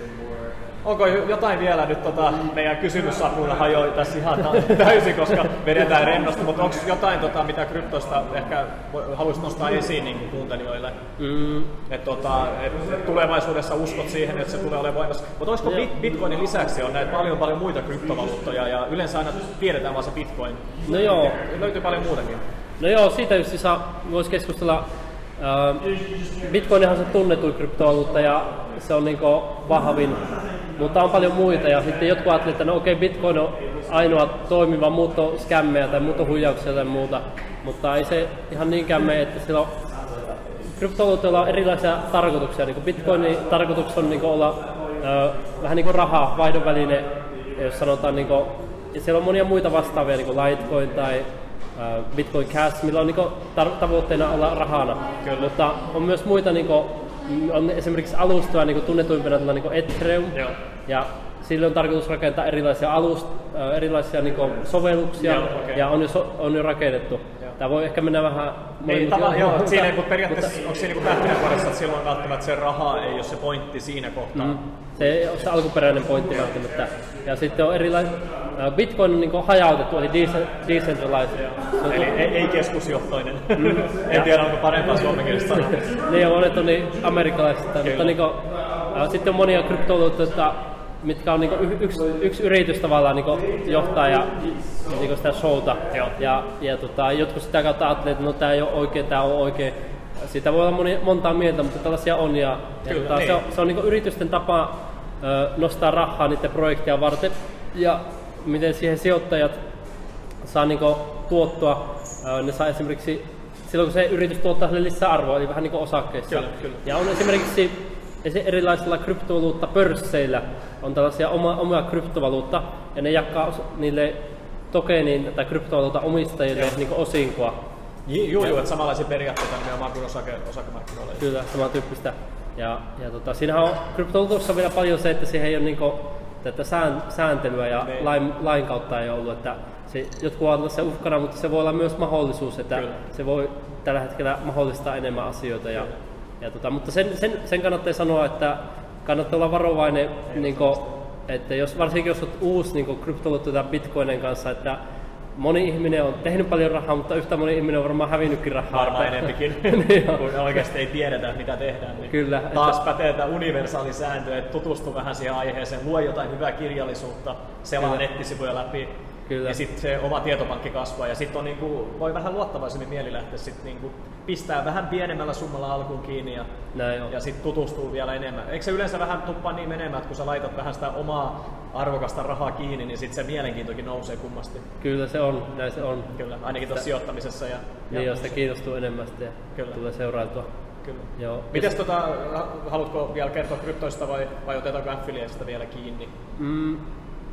Onko jotain vielä nyt tota, meidän kysymyssapuilla hajoi tässä ihan täysin, koska vedetään rennosti, mutta onko jotain, tota, mitä kryptosta ehkä haluaisit nostaa esiin niin kuuntelijoille? Mm. Että tota, et, et tulevaisuudessa uskot siihen, että se tulee olemaan voimassa. Mutta olisiko bit, Bitcoinin lisäksi on näitä paljon paljon muita kryptovaluuttoja ja yleensä aina tiedetään vaan se Bitcoin. No joo. Löytyy paljon muutakin. No joo, siitä just siis voisi keskustella. Bitcoinhan on se tunnetuin kryptovaluutta ja se on niinku vahvin, mutta on paljon muita ja sitten jotkut ajattelevat, että no okei, okay, Bitcoin on ainoa toimiva, muut on skämmejä tai muut on huijauksia tai muuta, mutta ei se ihan niinkään mene, että sillä on kryptovaluutilla on erilaisia tarkoituksia. Niin Bitcoinin tarkoitus on niin olla ö, vähän niin kuin raha, vaihdon väline, jos sanotaan, niin kuin, ja siellä on monia muita vastaavia, niin kuin Litecoin tai ö, Bitcoin Cash, millä on niin kuin, tar- tavoitteena olla rahana. Kyllä. Mutta on myös muita, niin kuin, on esimerkiksi alustoja niin tunnetuimpina niin kuin Ethereum, Joo. ja sillä on tarkoitus rakentaa erilaisia, alust, äh, erilaisia niin kuin sovelluksia, Joo, okay. ja on jo, so, on jo rakennettu. Joo. Tämä voi ehkä mennä vähän... Ei, tava, joo, mutta, siinä, mutta periaatteessa mutta, onko siinä niin pähkinänkuoressa, että silloin välttämättä se raha ei ole se pointti siinä kohtaa? Mm, se ei ole se alkuperäinen pointti välttämättä. Ja sitten on erilaisia... Bitcoin on niin kuin hajautettu, eli decentralized. Eli ei, ei keskusjohtoinen. Mm, en tiedä, onko parempaa suomenkielistä sanoa. Niin, monet on niin amerikkalaisista, mutta niin kuin, äh, sitten on monia kryptovaluuttoja, mitkä on niinku yksi, yksi yritys tavallaan niinku johtaa ja niinku sitä showta. Joo. Ja, ja tota, jotkut sitä kautta ajattelee, että no tää ei ole oikein, tää on oikein. Siitä voi olla moni, montaa mieltä, mutta tällaisia on. Ja, ja Kyllä, tota, niin. se on, se on niinku yritysten tapa ö, nostaa rahaa niiden projekteja varten. Ja miten siihen sijoittajat saa niinku tuottoa. Ö, ne saa esimerkiksi, silloin kun se yritys tuottaa sille lisää arvoa, eli vähän niinku osakkeissa. Kyllä, kyllä. Ja on esimerkiksi erilaisilla kryptovaluuttapörsseillä on tällaisia oma, omia kryptovaluutta ja ne jakaa niille tokenin tai kryptovaluutan omistajille niin osinkoa. Joo, joo, että samanlaisia periaatteita nimenomaan kuin osake, osakemarkkinoilla. Kyllä, samantyyppistä. Ja, ja tota, siinähän on kryptovaluutossa vielä paljon se, että siihen ei ole niin kuin, tätä sään, sääntelyä ja lain, lain kautta ei ollut. Että se, jotkut ovat se uhkana, mutta se voi olla myös mahdollisuus, että Kyllä. se voi tällä hetkellä mahdollistaa enemmän asioita. Ja, Ja tota, mutta sen, sen, sen kannattaa sanoa, että kannattaa olla varovainen, niin kuin, että jos, varsinkin jos olet uusi niin kryptovaluutta Bitcoinin kanssa, että moni ihminen on tehnyt paljon rahaa, mutta yhtä moni ihminen on varmaan hävinnytkin rahaa. Varmaan enempikin, niin kun oikeasti ei tiedetä, mitä tehdään. Niin Kyllä, taas että... pätee tämä universaali sääntö, että tutustu vähän siihen aiheeseen, luo jotain hyvää kirjallisuutta, selaa nettisivuja läpi. Kyllä. Ja sitten se oma tietopankki kasvaa ja sitten niinku, voi vähän luottavaisemmin mieli lähteä sit niinku pistää vähän pienemmällä summalla alkuun kiinni ja, ja sitten tutustuu vielä enemmän. Eikö se yleensä vähän tuppaa niin menemään, että kun sä laitat vähän sitä omaa arvokasta rahaa kiinni, niin sitten se mielenkiintokin nousee kummasti. Kyllä se on, näin se on. Kyllä, ainakin tuossa sijoittamisessa. Ja, niin, jos se kiinnostuu enemmän sitten ja Kyllä. tulee seurailtua. Kyllä. Joo. Mites ja tota, haluatko vielä kertoa kryptoista vai, vai otetaanko affiliateista vielä kiinni? Mm,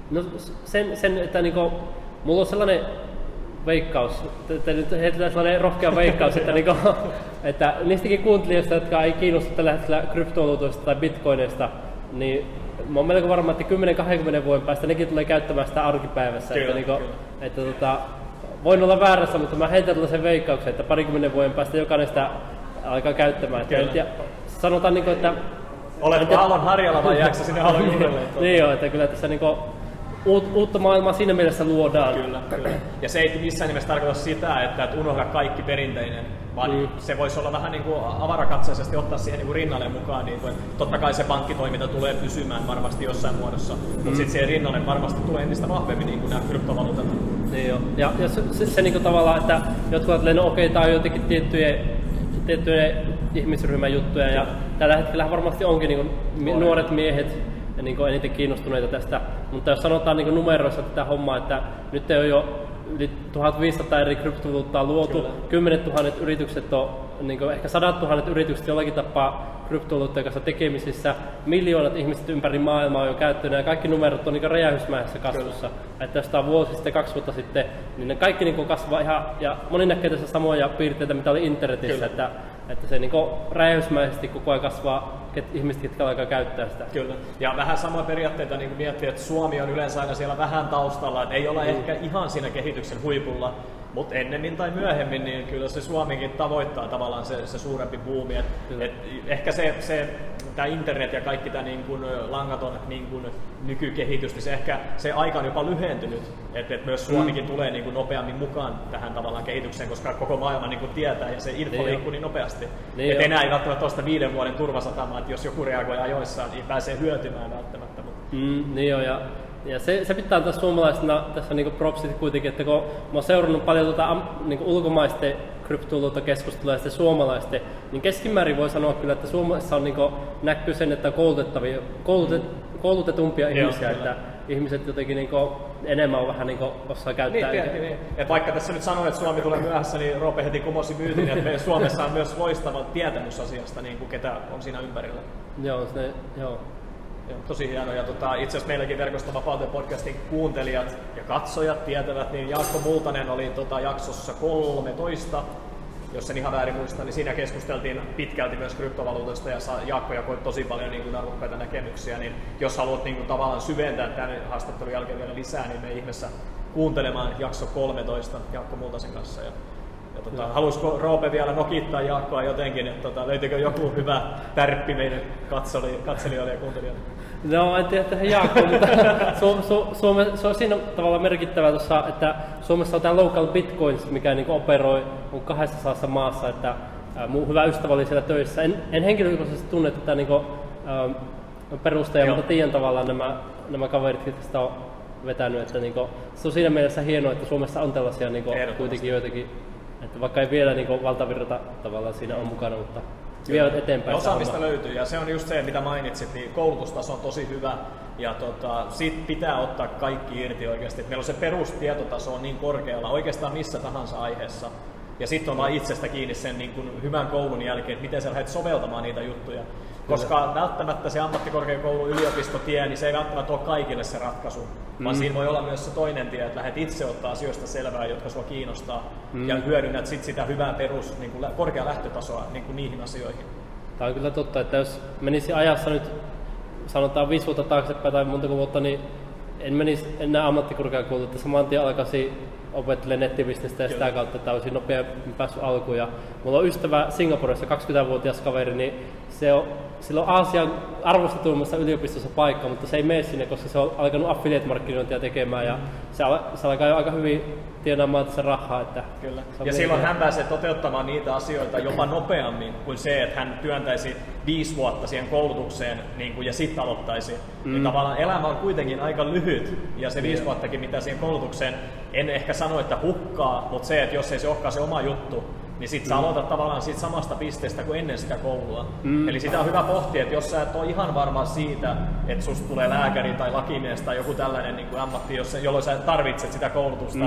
No sen, sen että niinku, mulla on sellainen veikkaus, että nyt heitetään sellainen rohkea veikkaus, että, niinku, että niistäkin kuuntelijoista, jotka ei kiinnosta tällä hetkellä kryptovaluutoista tai bitcoineista, niin mä oon melko varma, että kymmenen kaksikymmentä vuoden päästä nekin tulee käyttämään sitä arkipäivässä. Kyllä, että, niinku, kyllä. että tota, voin olla väärässä, mutta mä heitän tällaisen veikkauksen, että parikymmenen vuoden päästä jokainen sitä alkaa käyttämään. Ja sanotaan, niinku, että oletko Aallon harjalla vai jääksä sinne Aallon juurelle? Niin joo, että kyllä tässä niinku uut, uutta maailmaa siinä mielessä luodaan. Kyllä, kyllä. Ja se ei missään nimessä tarkoita sitä, että et unohda kaikki perinteinen, vaan mm. se voisi olla vähän niin kuin avarakatseisesti ottaa siihen niin kuin rinnalle mukaan. Niin kuin, totta kai se pankkitoiminta tulee pysymään varmasti jossain muodossa, mm. mutta sitten siihen rinnalle varmasti tulee entistä vahvemmin niin kuin nämä kryptovaluutat. Niin joo. Ja, ja se, se, se niin kuin tavallaan, että jotkut ajattelee, no okei, tämä on jotenkin tiettyjä, tiettyjä ihmisryhmän juttuja, ja tällä hetkellä varmasti onkin niin kuin nuoret miehet ja niin kuin eniten kiinnostuneita tästä. Mutta jos sanotaan niin kuin numeroissa tätä hommaa, että nyt on jo yli tuhatviisisataa eri kryptovaluuttaa luotu, kymmenet tuhannet yritykset on, niin kuin ehkä sadat tuhannet yritykset jollakin tapaa kryptovaluuttojen kanssa tekemisissä, miljoonat ihmiset ympäri maailmaa on jo käyttänyt ja kaikki numerot on niin räjähdysmäisessä kasvussa. Että jos tämä on vuosi sitten, kaksi vuotta sitten, niin ne kaikki niin kuin kasvaa ihan, ja moni näkee tässä samoja piirteitä, mitä oli internetissä, että, että se niin kuin räjähdysmäisesti koko ajan kasvaa ket, ihmiset, ketkä alkaa käyttää sitä. Kyllä. Ja vähän samoja periaatteita niin miettii, että Suomi on yleensä aina siellä vähän taustalla, että ei olla mm. ehkä ihan siinä kehityksen huipulla, mutta ennemmin tai myöhemmin niin kyllä se Suomikin tavoittaa tavallaan se, se suurempi buumi. Et, et ehkä se, se tämä internet ja kaikki tämä niin kuin langaton niin kuin nykykehitys, niin se ehkä se aika on jopa lyhentynyt, että et myös Suomikin mm. tulee niin kuin nopeammin mukaan tähän tavallaan kehitykseen, koska koko maailma niin kuin tietää ja se info niin liikkuu niin nopeasti. Niin et enää ei välttämättä tuosta viiden vuoden turvasatamaa, että jos joku reagoi ajoissaan, niin pääsee hyötymään välttämättä. Mutta. Mm, niin joo, ja Ja se, se pitää antaa suomalaisena tässä niinku propsit kuitenkin, että kun mä oon seurannut paljon tuota, niinku ulkomaisten kryptovaluuttakeskustelua ja sitten suomalaisten, niin keskimäärin voi sanoa kyllä, että Suomessa on niinku, näkyy sen, että koulutettavia, koulutet, koulutetumpia Joo, ihmisiä, kyllä. Että ihmiset jotenkin niinku, enemmän on vähän niinku, osaa käyttää. Niin, niin, niin. Et vaikka tässä nyt sanoin, että Suomi tulee myöhässä, niin Roope heti kumosi myytin, että me Suomessa on myös loistava tietämys asiasta, niin kuin ketä on siinä ympärillä. Joo, se, joo. Joo, tosi hienoa. Ja tota, itse asiassa meilläkin Verkosta Vapauteen podcastin kuuntelijat ja katsojat tietävät, niin Jaakko Multanen oli tota, jaksossa kolmetoista, jos en ihan väärin muista, niin siinä keskusteltiin pitkälti myös kryptovaluutasta ja Jaakko jakoi tosi paljon niin kuin arvokkaita näkemyksiä, niin jos haluat niin kuin, tavallaan syventää tämän haastattelun jälkeen vielä lisää, niin me ihmeessä kuuntelemaan jakso kolmetoista Jaakko Multasen kanssa. Ja, ja tota, haluaisiko Roope vielä nokittaa Jaakkoa jotenkin, että tota, löytyykö joku hyvä tärppi meidän katselijoille ja kuuntelijoille? No en tiedä tähän Jaakkoon, mutta Su- Su- Suome, se on siinä tavalla merkittävää tuossa, että Suomessa on tämä local bitcoins, mikä niin operoi on kahdessasadassa maassa, että ää, mun hyvä ystävä oli siellä töissä. En, en henkilökohtaisesti tunne tätä niin kuin, ää, perustajaa, mutta tiedän tavallaan nämä, nämä kaverit, jotka sitä on vetänyt. Että, niin kuin, se on siinä mielessä hienoa, että Suomessa on tällaisia niin kuin, kuitenkin joitakin, että vaikka ei vielä niin kuin, valtavirta tavallaan siinä on mukana, mutta vievät eteenpäin. Osaamista löytyy ja se on just se, mitä mainitsit, niin koulutustaso on tosi hyvä ja tota, siitä pitää ottaa kaikki irti oikeasti. Meillä on se perustietotaso on niin korkealla oikeastaan missä tahansa aiheessa ja sitten on vaan itsestä kiinni sen niin kuin hyvän koulun jälkeen, että miten sä lähdet soveltamaan niitä juttuja. Koska Kyllä. välttämättä se ammattikorkeakoulu yliopistotie, niin se ei välttämättä ole kaikille se ratkaisu, mm. vaan siinä voi olla myös se toinen tie, että lähdet itse ottaa asioista selvää, jotka sua kiinnostaa mm. ja hyödynnät sit sitä hyvää perus, niin kuin korkeaa lähtötasoa niin kuin niihin asioihin. Tämä on kyllä totta, että jos menisi ajassa nyt sanotaan viisi vuotta taaksepäin tai montako vuotta, niin en menisi enää ammattikorkeakouluun, että saman tien alkaisi opettelemaan nettibisnestä ja sitä kautta, että olisi nopeammin päässyt alkuun. Ja mulla on ystävä Singaporessa, kaksikymmentävuotias kaveri, niin se on, sillä on Aasian arvostetuimmassa yliopistossa paikka, mutta se ei mene sinne, koska se on alkanut affiliate-markkinointia tekemään ja se, al- se alkaa jo aika hyvin tienaamaan tässä rahaa. Että Kyllä. Ja silloin hän pääsee toteuttamaan niitä asioita jopa nopeammin kuin se, että hän työntäisi viisi vuotta siihen koulutukseen niin kuin, ja sitten aloittaisi. Mm. Niin tavallaan elämä on kuitenkin aika lyhyt ja se viisi vuottakin mitä siihen koulutukseen, en ehkä sano, että hukkaa, mutta se, että jos ei se olekaan se oma juttu, niin sit sä aloitat tavallaan siitä samasta pisteestä kuin ennen sitä koulua. Mm. Eli sitä on hyvä pohtia, että jos sä et ole ihan varma siitä, että susta tulee lääkäri tai lakimies tai joku tällainen niin kuin ammatti, jolloin sä tarvitset sitä koulutusta, mm.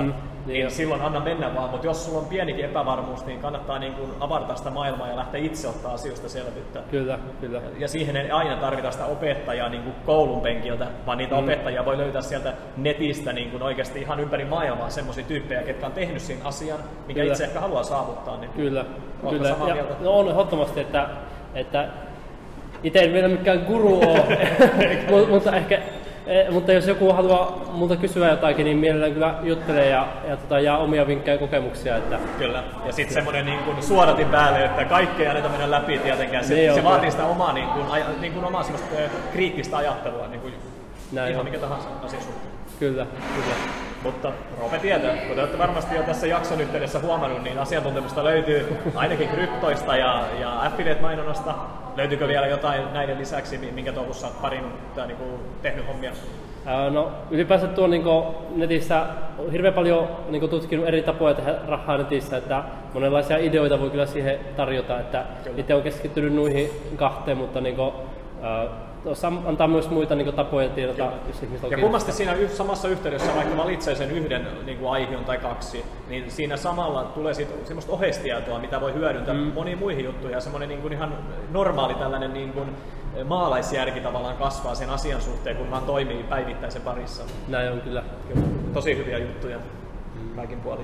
niin, niin silloin anna mennä vaan, mutta jos sulla on pienikin epävarmuus, niin kannattaa niin kuin avartaa sitä maailmaa ja lähteä itse ottaa asioista selvyyttä. Kyllä, kyllä. Ja siihen ei aina tarvita sitä opettajaa niin kuin koulun penkiltä, vaan niitä mm. opettajia voi löytää sieltä netistä niin kuin oikeasti ihan ympäri maailmaa semmoisia tyyppejä, ketkä on tehnyt siinä asian, mikä kyllä. itse ehkä haluaa saavuttaa. Niin kyllä, kyllä. Ja, no on ehdottomasti, että, että itse en vielä mikään guru ole, mutta ehkä mutta jos joku haluaa multa kysyä jotakin, niin mielellään kyllä juttelee ja, ja tota, jaa omia vinkkejä ja kokemuksia. Että kyllä, ja sitten semmoinen niin kuin suodatin päälle, että kaikkea ei anneta mennä läpi tietenkään. Se, niin se vaatii sitä omaa, niin kuin, niin kuin omaa semmoista kriittistä ajattelua, niin kuin näin ihan on. Mikä tahansa asia suhteen. Kyllä, kyllä. Mutta Roope tietää, kun te olette varmasti jo tässä jakson yhteydessä huomannut, niin asiantuntemusta löytyy ainakin kryptoista ja, ja affiliate-mainonnasta. Löytyykö vielä jotain näiden lisäksi, minkä touhussa olet parin niin kuin, tehnyt hommia? Ää, no ylipäänsä tuo niin kuin, netissä on hirveän paljon niin kuin, tutkinut eri tapoja tehdä rahaa netissä, että monenlaisia ideoita voi kyllä siihen tarjota, että itse olen keskittynyt noihin kahteen, mutta niin kuin, ää, tuossa antaa myös muita niin kuin, tapoja tiedota, ja, jos ihmiset on ja kummasti siinä yh, samassa yhteydessä, vaikka valitsee sen yhden niin kuin aiheon tai kaksi, niin siinä samalla tulee semmoista oheistietoa, mitä voi hyödyntää mm. moniin muihin juttuihin, ja semmoinen niin kuin ihan normaali tällainen niin kuin maalaisjärki tavallaan kasvaa sen asian suhteen, kun vaan toimii päivittäisen parissa. Näin on kyllä. kyllä. Tosi hyviä juttuja mm. kaikin puolin.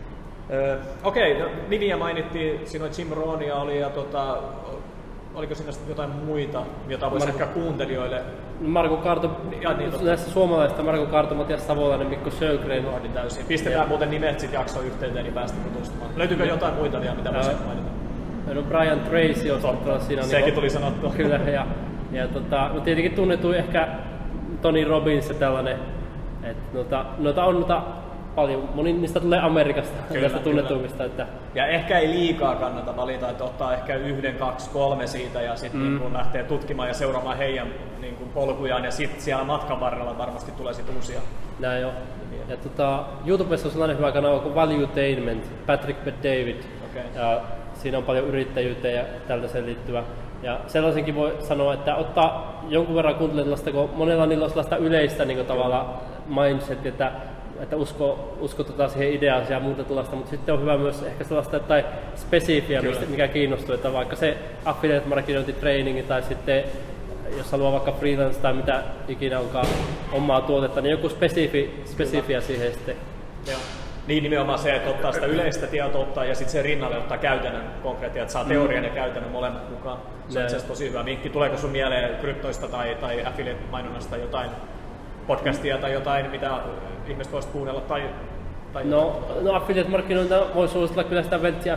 Öö, Okei, okay, no, nimiä mainittiin, siinä oli Jim Rohnia oli ja tota, oliko siinä jotain muita, jota voisi ehkä kuuntelijoille? Marko Kaarto, ja, niin, näistä suomalaisista Marko Kaarto, Matias Savolainen, Mikko Sjögren. Unohdin täysin. Pistetään ja muuten nimet sit jakson yhteyteen, niin päästä tutustumaan. Löytyykö jotain muita vielä, mitä voisi mainita? No Brian Tracy on totta, siinä. Sekin niin, tuli sanottua. Kyllä, ja, ja tota, no tietenkin tunnetuin ehkä Tony Robbins ja tällainen. Että noita, noita on noita paljon. Moni niistä tulee Amerikasta, tästä tunnetuimmista. Että ja ehkä ei liikaa kannata valita, että ottaa ehkä yhden, kaksi, kolme siitä ja sitten mm. niin lähtee tutkimaan ja seuraamaan heidän niin kuin polkujaan ja sitten siellä matkan varrella varmasti tulee sit uusia. Näin jo. Ja tota, YouTubessa on sellainen hyvä kanava kuin Valuetainment, Patrick Bet-David. Okay. Ja siinä on paljon yrittäjyyttä ja tältäiseen liittyvä. Ja sellaisenkin voi sanoa, että ottaa jonkun verran kuuntelemaan, kun monella niillä on sellaista yleistä niin tavalla mindset, että että usko, usko tota siihen ideaan ja muuta tällaista, mutta sitten on hyvä myös ehkä sellaista tai spesifiä, mistä, mikä kiinnostuu, että vaikka se affiliate-markkinointitrainingi tai sitten jos haluaa vaikka freelance tai mitä ikinä onkaan omaa tuotetta, niin joku spesifi, spesifiä siihen sitten. Joo. Niin nimenomaan se, että ottaa sitä yleistä tietoa ottaa ja sitten sen rinnalle ottaa käytännön konkreettia, että saa teorian ja käytännön molemmat mukaan. Se on itse asiassa tosi hyvä vinkki. Tuleeko sun mieleen kryptoista tai, tai affiliate-mainonnasta jotain podcastia tai jotain, mitä ihmiset voisivat kuunnella? Tai, tai no, no affiliate-markkinointia voi suositella kyllä sitä Wealthy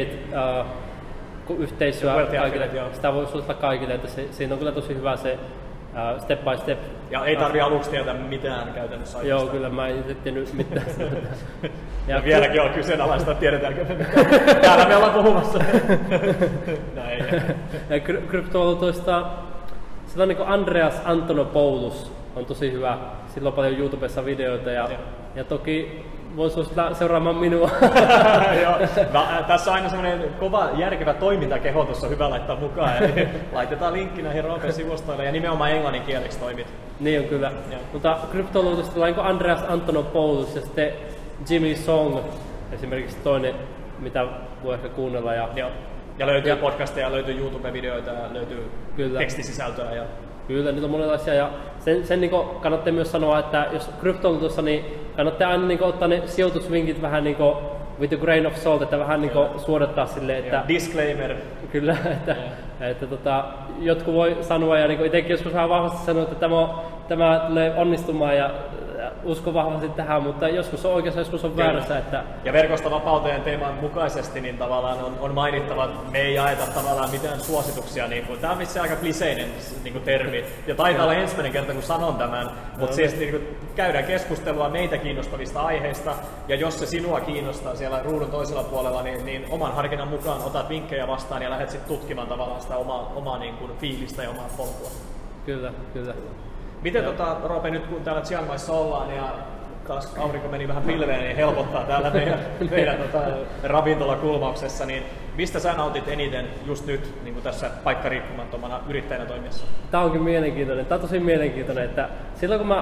Affiliate-yhteisöä uh, kaikille. Sitä voi suositella kaikille, että se, siinä on kyllä tosi hyvä se uh, step by step. Ja ei tarvitse aluksi tietää mitään käytännössä. Joo, oikeastaan. Kyllä mä en itse tiennyt mitään. ja, ja vieläkin on kyseenalaista, että tiedetäänkö me mitään. Täällä me ollaan puhumassa. Näin. Ja kryptovaluutoista sellainen kuin Andreas Antonopoulos on tosi hyvä. Sillä on paljon YouTubessa videoita ja, ja toki voi suositella seuraamaan minua. Joo. Mä, tässä on aina semmoinen kova järkevä toimintakeho tuossa hyvä laittaa mukaan. Eli laitetaan linkki näihin Roopen sivustoille ja nimenomaan englanninkieleksi toimit. Niin on kyllä. Joo. Mutta kryptoluutosta on Andreas Antonopoulos ja sitten Jimmy Song esimerkiksi toinen, mitä voi ehkä kuunnella. Ja, Joo. ja löytyy ja, podcasteja, löytyy YouTube-videoita ja löytyy kyllä. tekstisisältöä. Ja kyllä, niitä on monenlaisia ja sen, sen niin kannattaa myös sanoa, että jos kryptovaluutossa, niin kannattaa aina niin ottaa ne sijoitusvinkit vähän niin kuin with a grain of salt, että vähän niin suodattaa silleen, että disclaimer. Kyllä, että, että, että tota, jotkut voi sanoa ja niin itsekin joskus vähän vahvasti sanoa, että tämä, tämä tulee onnistumaan ja usko vahvasti tähän, mutta joskus on oikeassa, joskus on väärässä. Että ja verkostovapauteen teeman mukaisesti niin tavallaan on, on mainittava, että me ei jaeta tavallaan mitään suosituksia. Niin kuin, tämä on missä aika kliseinen niin kuin termi. Ja taitaa olla ensimmäinen kerta, kun sanon tämän. Mutta siis niin kuin, käydään keskustelua meitä kiinnostavista aiheista. Ja jos se sinua kiinnostaa siellä ruudun toisella puolella, niin, niin oman harkinnan mukaan otat vinkkejä vastaan ja lähdet sitten tutkimaan tavallaan sitä omaa, omaa niin kuin, fiilistä ja omaa polkua. Kyllä, kyllä. Miten tota, Roope, nyt kun täällä Chiang Maissa ollaan ja taas aurinko meni vähän pilveen, niin helpottaa täällä meidän, meidän tota, ravintolakulmauksessa, niin mistä sä nautit eniten just nyt niin kuin tässä paikkariippumattomana yrittäjänä toimiessa? Tämä onkin mielenkiintoinen. Tämä on tosi mielenkiintoinen, että silloin kun mä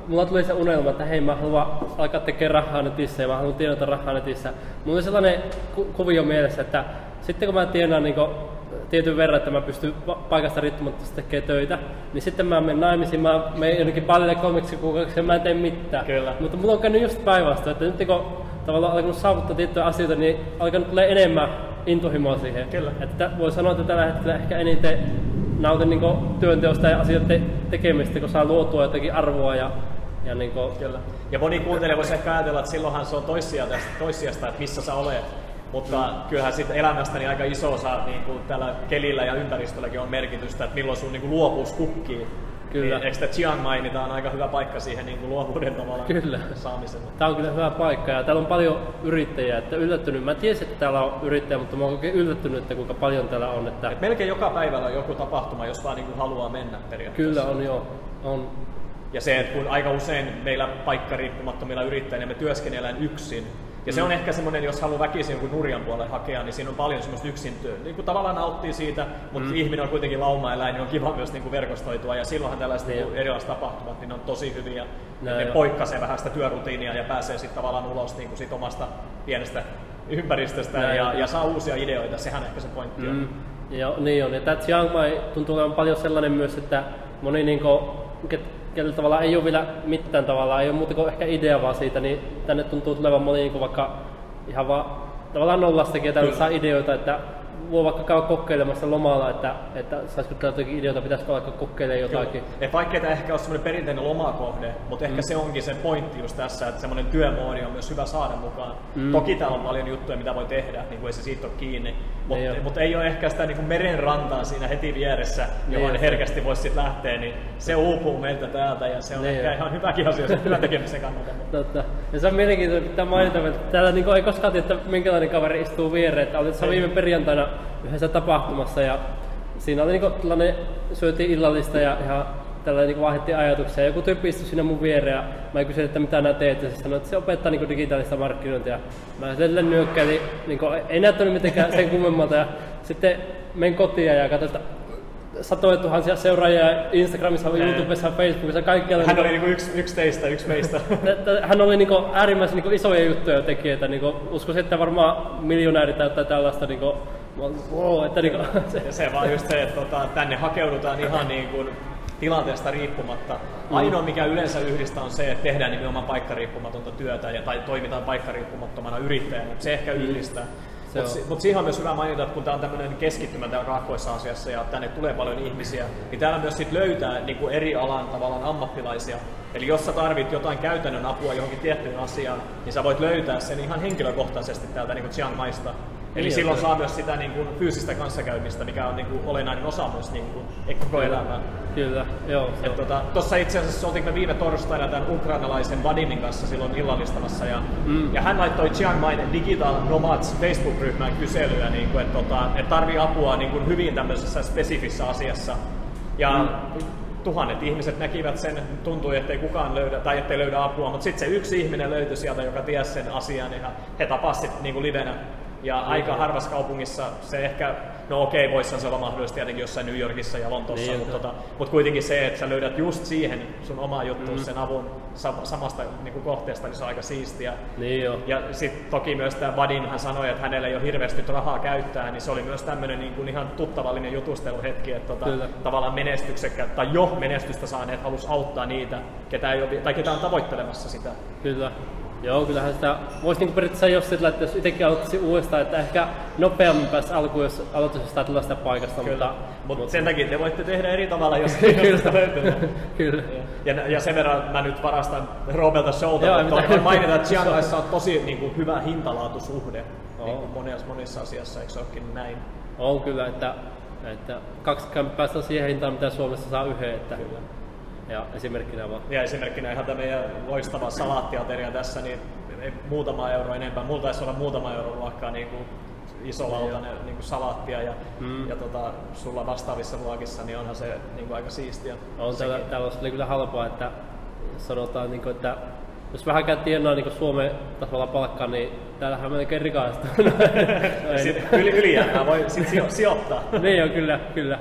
mulla tuli se unelma, että hei mä haluan alkaa tekemään rahaa netissä ja mä haluan tienata rahaa netissä. Mulla oli sellainen ku- kuvio mielessä, että sitten kun mä tienaan niin tietyn verran, että mä pystyn paikasta riippumatta tekemään töitä, niin sitten mä menen naimisiin, mä menen jonnekin ballille kolmeksi kuukaudeksi ja mä en tee mitään. Kyllä. Mutta mulla on käynyt just päinvastoin, että nyt kun tavallaan alkanut saavuttaa tiettyjä asioita, niin alkanut tulee enemmän intohimoa siihen. Kyllä. Että voi sanoa, että tällä hetkellä ehkä eniten nautin niin työnteosta ja asioiden tekemistä, kun saa luotua jotakin arvoa. Ja, ja, niin kuin... Kyllä. Ja moni kuuntelija voisi ehkä ajatella, että silloinhan se on toissijasta, että missä sä olet. Mutta mm. kyllähän siitä elämästä niin aika iso osa niin kuin tällä kelillä ja ympäristölläkin on merkitystä, että milloin sun niin kuin luovuus kukkii. Kyllä. Niin, eikö tämä Chiang Mai, niin tämä on aika hyvä paikka siihen niin kuin luovuuden tavallaan kyllä. saamiselle. Tämä on kyllä hyvä paikka ja täällä on paljon yrittäjiä. Että yllättynyt. Mä tiesin, että täällä on yrittäjiä, mutta mä oon oikein yllättynyt, että kuinka paljon täällä on. Että... Et melkein joka päivällä on joku tapahtuma, jos vaan niin kuin haluaa mennä periaatteessa. Kyllä on joo. On. Ja se, että kun aika usein meillä paikkariippumattomilla yrittäjillä me työskennellään yksin. Ja mm. se on ehkä semmoinen, jos haluaa väkisin jonkun nurjan puolelle hakea, niin siinä on paljon semmoista yksintyä. Niin kuin tavallaan nauttii siitä, mutta mm. ihminen on kuitenkin lauma-eläin, niin on kiva myös niin kuin verkostoitua. Ja silloinhan tällaiset niin erilaiset tapahtumat niin on tosi hyviä. No, ne poikkaisee vähän sitä työrutiinia ja pääsee sitten tavallaan ulos niin kuin sit omasta pienestä ympäristöstä no, ja, ja saa uusia ideoita. Sehän ehkä se pointti on. Mm. Joo, niin on. Ja tämä Chiang Mai tuntuu olevan paljon sellainen myös, että moni niin kuin, kenellä tavallaan ei ole vielä mitään tavallaan, ei ole muuta kuin ehkä idea vaan siitä, niin tänne tuntuu tulevan moni niin vaikka ihan vaan tavallaan nollastakin, ja täällä saa ideoita, että voi vaikka käydä kokeilemassa lomalla, että, että saisiko täällä jotakin ideoita, pitäisikö alkaa kokeilemaan jotakin. Kyllä. Et vaikka tämä ehkä ole semmoinen perinteinen lomakohde, mutta ehkä mm. se onkin se pointti just tässä, että semmoinen työmoodi on myös hyvä saada mukaan. Mm. Toki täällä on paljon juttuja, mitä voi tehdä, niin kuin ei se siitä ole kiinni, mutta ei, mut ei ole ehkä sitä niin kuin meren rantaa siinä heti vieressä, johon niin herkästi voisi sitten lähteä, niin se uupuu meiltä täältä ja se on niin ehkä jo. Ihan hyväkin asia sen työn tekemisen kannalta. Totta. Ja se on mielenkiintoista, pitää mainita, että täällä niin ei koskaan tiedä, minkälainen kaveri istuu viereen. Että olit viime perjantaina yhdessä tapahtumassa ja siinä oli niinku tällainen, syötiin illallista ja ihan tällainen niinku vaihdettiin ajatuksia. Joku tyyppi istui siinä mun viereen ja mä kysyin, että mitä nää teet, ja se sanoi, että se opettaa niinku digitaalista markkinointia. Mä silleen nyökkäilin, niinku, ei näyttänyt mitenkään sen kummemmalta ja sitten menin kotiin ja katsoin, että satoja tuhansia seuraajia Instagramissa, nee. YouTubessa, Facebookissa, kaikkialla. Hän oli niinku yksi, yksi teistä, yksi meistä. Hän oli niinku äärimmäisen niinku isoja juttuja tekijöitä. Niinku, uskoisin, että varmaan miljonääri täyttää tällaista. Niinku, wow, että niinku, se. Ja se vaan just se, että tota, tänne hakeudutaan ihan niin kuin tilanteesta riippumatta. Ainoa mikä yleensä yhdistää on se, että tehdään nimenomaan paikkariippumatonta työtä ja, tai toimitaan paikkariippumattomana yrittäjänä. Se ehkä yhdistää. Mutta mut siihen on myös hyvä mainita, että kun tämä on tämmöinen keskittymä täällä Kaakkois-Aasiassa ja tänne tulee paljon ihmisiä, niin täällä myös sit löytää niin kuin eri alan tavallaan ammattilaisia. Eli jos sä tarvit jotain käytännön apua johonkin tiettyyn asiaan, niin sä voit löytää sen ihan henkilökohtaisesti täältä niin kuin Chiang Maista. Eli niin, silloin saa myös sitä niin kuin fyysistä kanssakäymistä, mikä on niin kuin olennainen osa myös niin kuin koko elämää. Kyllä, joo. Tuossa tota, itse asiassa oltiin me viime torstaina tämän ukrainalaisen Vadimin kanssa silloin illallistamassa ja, mm. ja hän laittoi Chiang Mai Digital Nomads Facebook-ryhmään kyselyä, niin kuin, että, tota, että tarvii apua niin kuin hyvin tämmöisessä spesifissä asiassa. Ja mm. tuhannet ihmiset näkivät sen, tuntui, ettei kukaan löydä tai ettei löydä apua, mutta sitten se yksi ihminen löytyi sieltä, joka tiesi sen asian ja he tapasivat niin kuin livenä. Ja aika harvassa kaupungissa se ehkä, no okei, voisihan se olla mahdollista tietenkin jossain New Yorkissa ja Lontoossa, niin, mutta, tota, mutta kuitenkin se, että sä löydät just siihen sun omaa juttuun mm. sen avun samasta niin kuin kohteesta, niin se on aika siistiä. Niin jo. Ja sitten toki myös tämä Vadin, hän sanoi, että hänellä ei ole hirveästi rahaa käyttää, niin se oli myös tämmöinen niin kuin ihan tuttavallinen jutusteluhetki, että tota, tavallaan menestyksekkäät tai jo menestystä saaneet halus auttaa niitä, ketä, ei ole, tai ketä on tavoittelemassa sitä. Kyllä. Joo, kyllähän sitä voisi niinku periaatteessa jos sillä, että jos itsekin aloittaisi uudestaan, että ehkä nopeammin pääsi alkuun, jos aloittaisi jostain tällaista paikasta. Kyllä, mutta, mutta, mutta sen takia te voitte tehdä eri tavalla, jos sitä löytyy. Kyllä. Ja, ja sen verran mä nyt varastan Roobelta showta, Joo, mutta voin mainita, että Chiang Maissa on tosi niin kuin, hyvä hintalaatusuhde oh. niin kuin monessa, monissa asiassa, eikö se olekin näin? On kyllä, että, että kaksi päästään siihen hintaan, mitä Suomessa saa yhden. Että... Kyllä. Ja esimerkkinä vaan. Ja esimerkkinä ihan tämä meidän loistava salaattiateria tässä, niin ei muutama euro enempää. Mulla taisi olla muutama euro luokkaa niin kuin iso lautainen niin kuin salaattia ja, mm. ja tota, sulla vastaavissa luokissa, niin onhan se niin kuin aika siistiä. On täällä, täällä oli kyllä halpaa, että sanotaan, niin kuin, että jos vähänkään tienaa niin Suomen tasolla palkkaa, niin täällähän melkein rikastuu. Sitten yli, ylijäämää voi sit sijoittaa. Niin on, kyllä, kyllä.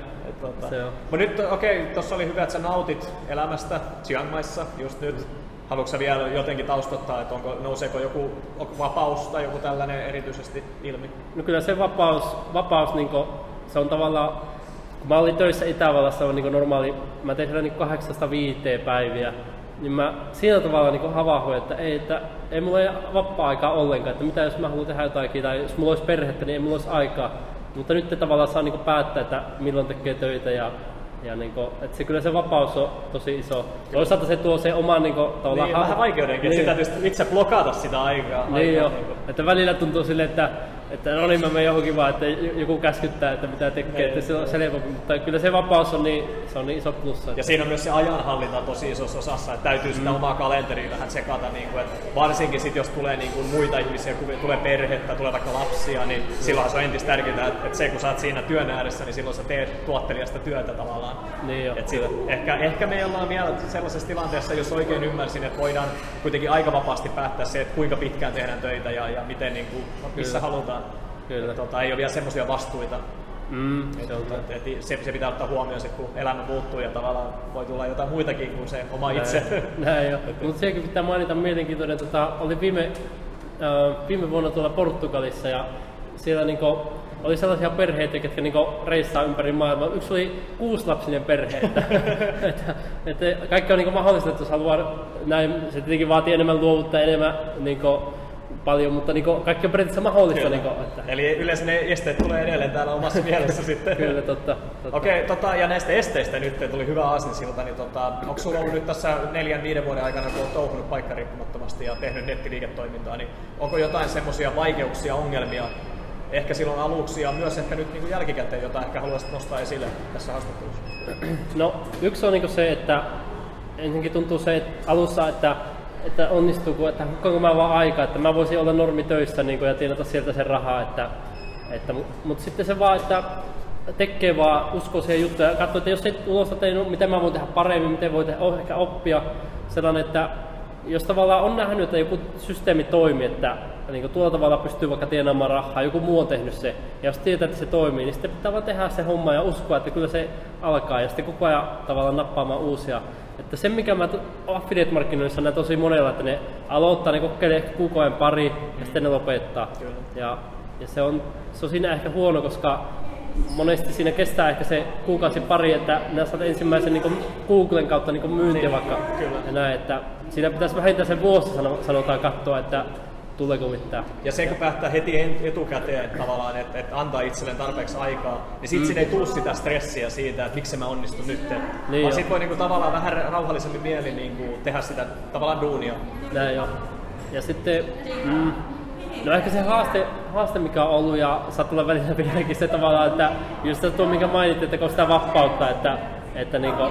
Tota. Mutta nyt okei, okay, tuossa oli hyvä, että sä nautit elämästä Chiang Maissa just nyt. Haluatko sä vielä jotenkin taustottaa, että onko, nouseeko joku vapaus tai joku tällainen erityisesti ilmi? No kyllä se vapaus, vapaus niin kuin, se on tavallaan, kun mä olin töissä Itävallassa, on niin normaali, mä tein siellä niin kahdeksasta viiteen päiviä, niin mä siinä tavalla niin havahduin, että ei, että ei mulla ole vapaa-aikaa ollenkaan, että mitä jos mä haluan tehdä jotakin, tai jos mulla olisi perhettä, niin ei mulla olisi aikaa. Mutta nyt te tavallaan saa niin päättää, että milloin tekee töitä ja Ja niinku, et se, kyllä se vapaus on tosi iso. Toisaalta se tuo se oman niinku, tavallaan... Niin, vähän vaikeudenkin, niin. Että sitä itse blokata sitä aikaa. Niin aikaa jo, niinku. Että välillä tuntuu silleen, että, että no niin mä menen johonkin vaan, että joku käskyttää, että mitä tekee, niin, että se on selvempi. Mutta kyllä se vapaus on niin, se on niin iso plussa. Ja siinä on myös se ajanhallinta tosi isossa osassa, että täytyy sitä mm. omaa kalenteria vähän tsekata. Niin kuin, että varsinkin sit, jos tulee niin kuin muita ihmisiä, kun tulee perhettä, tulee vaikka lapsia, niin silloin se on entistä tärkeää, että se kun sä oot siinä työn ääressä, niin silloin sä teet tuottelijasta työtä tavallaan. Niin jo. Siitä, ehkä, ehkä me ollaan vielä sellaisessa tilanteessa, jos oikein ymmärsin, että voidaan kuitenkin aika vapaasti päättää se, että kuinka pitkään tehdään töitä ja, ja miten, niin kuin, missä Kyllä. halutaan. Kyllä. Tota, ei ole vielä semmoisia vastuita. Mm, et, se, on et, et, se, se pitää ottaa huomioon, sit, kun elämä muuttuu ja tavallaan voi tulla jotain muitakin kuin se oma näin, itse. Näin jo. Mutta sekin pitää mainita mielenkiintoinen. Tota, oli viime, äh, viime vuonna tuolla Portugalissa ja siellä niinku, oli sellaisia perheitä, jotka niinku reissaa ympäri maailmaa. Yksi oli kuusilapsinen perhe. että, että, että kaikki on niinku mahdollista, että jos haluaa näin. Se tietenkin vaatii enemmän luovuutta ja enemmän niinku, paljon, mutta niinku, kaikki on periaatteessa mahdollista. Niinku, että... Eli yleensä ne esteet tulee edelleen täällä omassa mielessä sitten. Kyllä, totta. totta. Okei, okay, tota, ja näistä esteistä nyt tuli hyvä aasinsilta, niin tota, onko sulla ollut nyt tässä neljän, viiden vuoden aikana, kun olet touhunut paikkariippumattomasti ja tehnyt nettiliiketoimintaa, niin onko jotain semmoisia vaikeuksia, ongelmia, ehkä silloin aluksi ja myös ehkä nyt niin kuin jälkikäteen, jota ehkä haluaisit nostaa esille tässä haastattelussa? No, yksi on niin se, että ensinnäkin tuntuu se että alussa, että että onnistuuko, että hukkaanko mä vaan aikaa, että mä voisin olla normitöissä niin ja tienata sieltä sen rahaa, että, että, mutta sitten se vaan, että tekee vaan, uskoo siihen juttuun ja katsoo, että jos ei tulosta tehnyt, miten mä voin tehdä paremmin, miten voi tehdä, ehkä oppia sellainen, että jos tavallaan on nähnyt, että joku systeemi toimii, että niin tuolla tavalla pystyy vaikka tienaamaan rahaa, joku muu on tehnyt se, ja jos tietää, että se toimii, niin sitten pitää vaan tehdä se homma ja uskoa, että kyllä se alkaa, ja sitten koko ajan tavallaan nappaamaan uusia. Että se, mikä mä affiliate-markkinoissa näen tosi monella, että ne aloittaa, ne kokeilee ehkä kuukauden pari, ja sitten ne lopettaa. Ja, ja se, on, se on siinä ehkä huono, koska monesti siinä kestää ehkä se kuukausi pari, että nää saat ensimmäisen niin Googlen kautta niin myyntiä niin, vaikka. Kyllä. Ja näin, että siinä pitäisi vähintään sen vuosi sanotaan katsoa, että tuleeko mitään. Ja se kun päättää heti etukäteen tavallaan, että, että antaa itselleen tarpeeksi aikaa, niin sitten mm. siinä ei tule sitä stressiä siitä, että miksi mä onnistun nyt. Niin vaan sitten voi niinku tavallaan vähän rauhallisemmin mieli niinku tehdä sitä tavallaan duunia. Näin jo. Ja sitten, mm, no ehkä se haaste, haaste mikä on ollut ja saa tulla välillä vieläkin se tavallaan, että just tuo minkä mainittiin, että kun sitä vapautta, että, että niinku,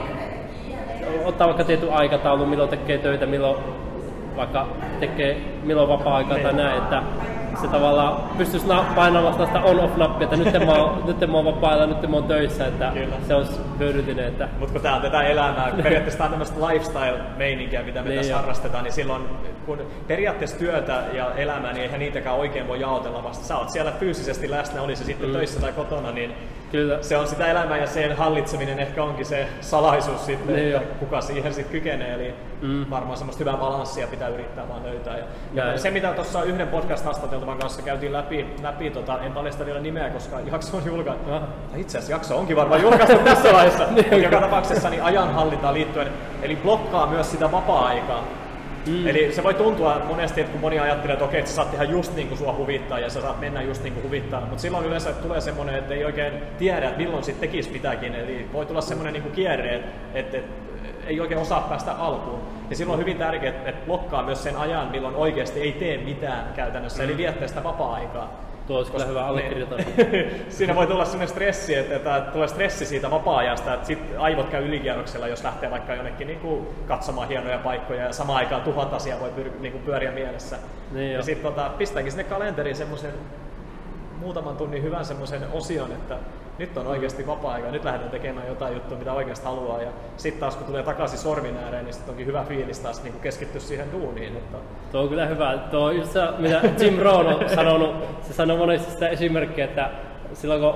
ottaa vaikka tietyn aikataulun, milloin tekee töitä, milloin vaikka tekee milloin vapaa-aikaa tai näin, että se tavallaan pystyisi painamaan sitä on-off-nappia, että nyt mä oon, nyt mä oon vapailla, nyt mä oon töissä, että Kyllä. se olisi hyödyllinen. Että... Mutta kun tää on tätä elämää, periaatteessa tää on tämmöistä lifestyle-meininkiä, mitä me niin tässä jo. harrastetaan, niin silloin kun periaatteessa työtä ja elämää, niin eihän niitäkään oikein voi jaotella vasta. Sä oot siellä fyysisesti läsnä, oli se sitten mm. töissä tai kotona, niin Kyllä. se on sitä elämää ja sen hallitseminen ehkä onkin se salaisuus sitten, niin että kuka siihen sitten kykenee. Eli mm. varmaan semmoista hyvää balanssia pitää yrittää vaan löytää. Ja, ja se mitä tuossa yhden podcast-haastateltavan kanssa käytiin läpi, läpi tota, en paljasta vielä nimeä, koska jakso on julkaistu. Ah. Itse asiassa jakso onkin varmaan julkaistu tässä vaiheessa. Joka tapauksessa niin ajanhallintaan liittyen, eli blokkaa myös sitä vapaa-aikaa. Mm. Eli se voi tuntua monesti, että kun moni ajattelee, että okei, että sä saat tehdä just niin kuin sua huvittaa ja sä saat mennä just niin kuin huvittaa, mutta silloin yleensä tulee semmoinen, että ei oikein tiedä, että milloin sit tekisi mitäkin, eli voi tulla semmoinen niin kuin kierre, että, että, että ei oikein osaa päästä alkuun. Ja silloin on hyvin tärkeää, että blokkaa myös sen ajan, milloin oikeasti ei tee mitään käytännössä, mm. eli viettää sitä vapaa-aikaa. Tuo olisi kyllä hyvä allekirjoitus. Siinä voi tulla sellainen stressi, että, että tulee stressi siitä vapaa-ajasta, että sit aivot käy ylikierroksella, jos lähtee vaikka jonnekin niin kuin katsomaan hienoja paikkoja ja samaan aikaan tuhat asiaa voi pyr, niin kuin pyöriä mielessä. Niin ja sitten tota, pistääkin sinne kalenteriin semmoisen muutaman tunnin hyvän semmoisen osion, että nyt on oikeasti vapaa-aika, nyt lähdetään tekemään jotain juttua, mitä oikeasti haluaa. Ja sitten taas kun tulee takaisin sormin ääreen, niin sitten onkin hyvä fiilis taas niin keskittyä siihen duuniin. Että... Tuo on kyllä hyvä. Tuo on just se, mitä Jim Rohn on sanonut. Se sanoo monesti sitä esimerkkiä, että silloin kun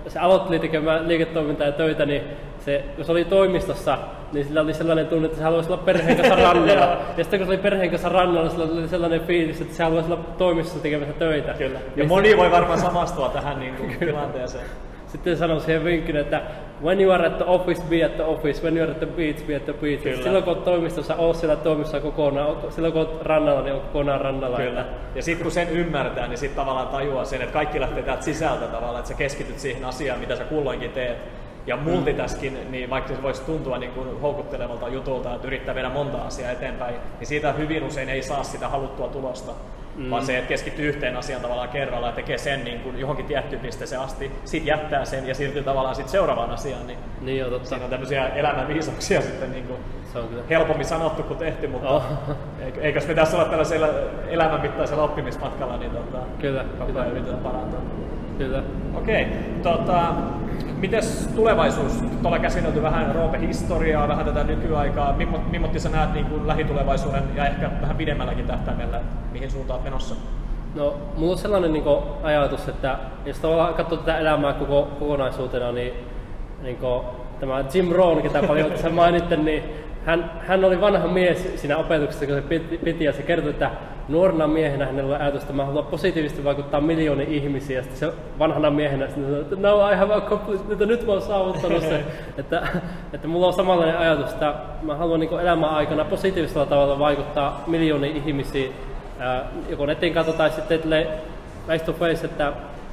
se aloitteli tekemään liiketoimintaa ja töitä, niin se, kun se oli toimistossa, niin sillä oli sellainen tunne, että se haluaisi olla perheen kanssa rannalla. Ja sitten kun se oli perheen kanssa rannalla, sillä oli sellainen fiilis, että se haluaisi olla toimistossa tekemässä töitä. Kyllä. Ja niin moni se... voi varmaan samastua tähän niin kuin tilanteeseen. Sitten sanon siihen vinkkinä, että when you are at the office, be at the office, when you are at the beach, be at the beach. Kyllä. Silloin kun olet toimistossa, ole siellä toimistossa kokonaan, silloin kun olet rannalla, niin on kokonaan rannalla. Kyllä. Ja sitten kun sen ymmärtää, niin sitten tavallaan tajuaa sen, että kaikki lähtee täältä sisältä tavallaan, että sä keskityt siihen asiaan, mitä sä kulloinkin teet. Ja multitaskin, niin vaikka se voisi tuntua niin kuin houkuttelevalta jutulta, että yrittää viedä monta asiaa eteenpäin, niin siitä hyvin usein ei saa sitä haluttua tulosta. Mm. Vaan se, että keskittyy yhteen asiaan tavallaan kerralla ja tekee sen niin kuin johonkin tiettyyn pisteeseen asti, sit jättää sen ja siirtyy tavallaan sit seuraavaan asiaan. Niin, niin jo, totta. Siinä on tämmöisiä elämänviisauksia sitten niin kuin helpommin sanottu kuin tehty, mutta oh. eikös me tässä olla tällaisella elämänmittaisella oppimismatkalla, niin tota, kyllä, koko ajan yritetään parantaa. Kyllä. Okei, okay, tota, mites tulevaisuus? Nyt ollaan käsitelty vähän Roope-historiaa, vähän tätä nykyaikaa. Mimmotti sä näet niin kuin lähitulevaisuuden ja ehkä vähän pidemmälläkin tähtäimellä, mihin suuntaan menossa? No, mulla on sellainen niin kuin ajatus, että jos tavallaan katsoo tätä elämää koko, kokonaisuutena, niin, niin kuin, tämä Jim Rohn, ketä paljon tässä mainitte, niin hän, hän oli vanha mies siinä opetuksessa, kun se piti, piti ja se kertoi, että nuorena miehenä hänellä oli ajatus, että mä haluan positiivisesti vaikuttaa miljoonia ihmisiä. Ja sitten se vanhana miehenä sanoi, että no I have accomplished, että nyt mä oon saavuttanut sen. että, että mulla on samanlainen ajatus, että mä haluan niin elämän aikana positiivisella tavalla vaikuttaa miljoonia ihmisiä. Ää, joko netin kautta tai sitten face to face, että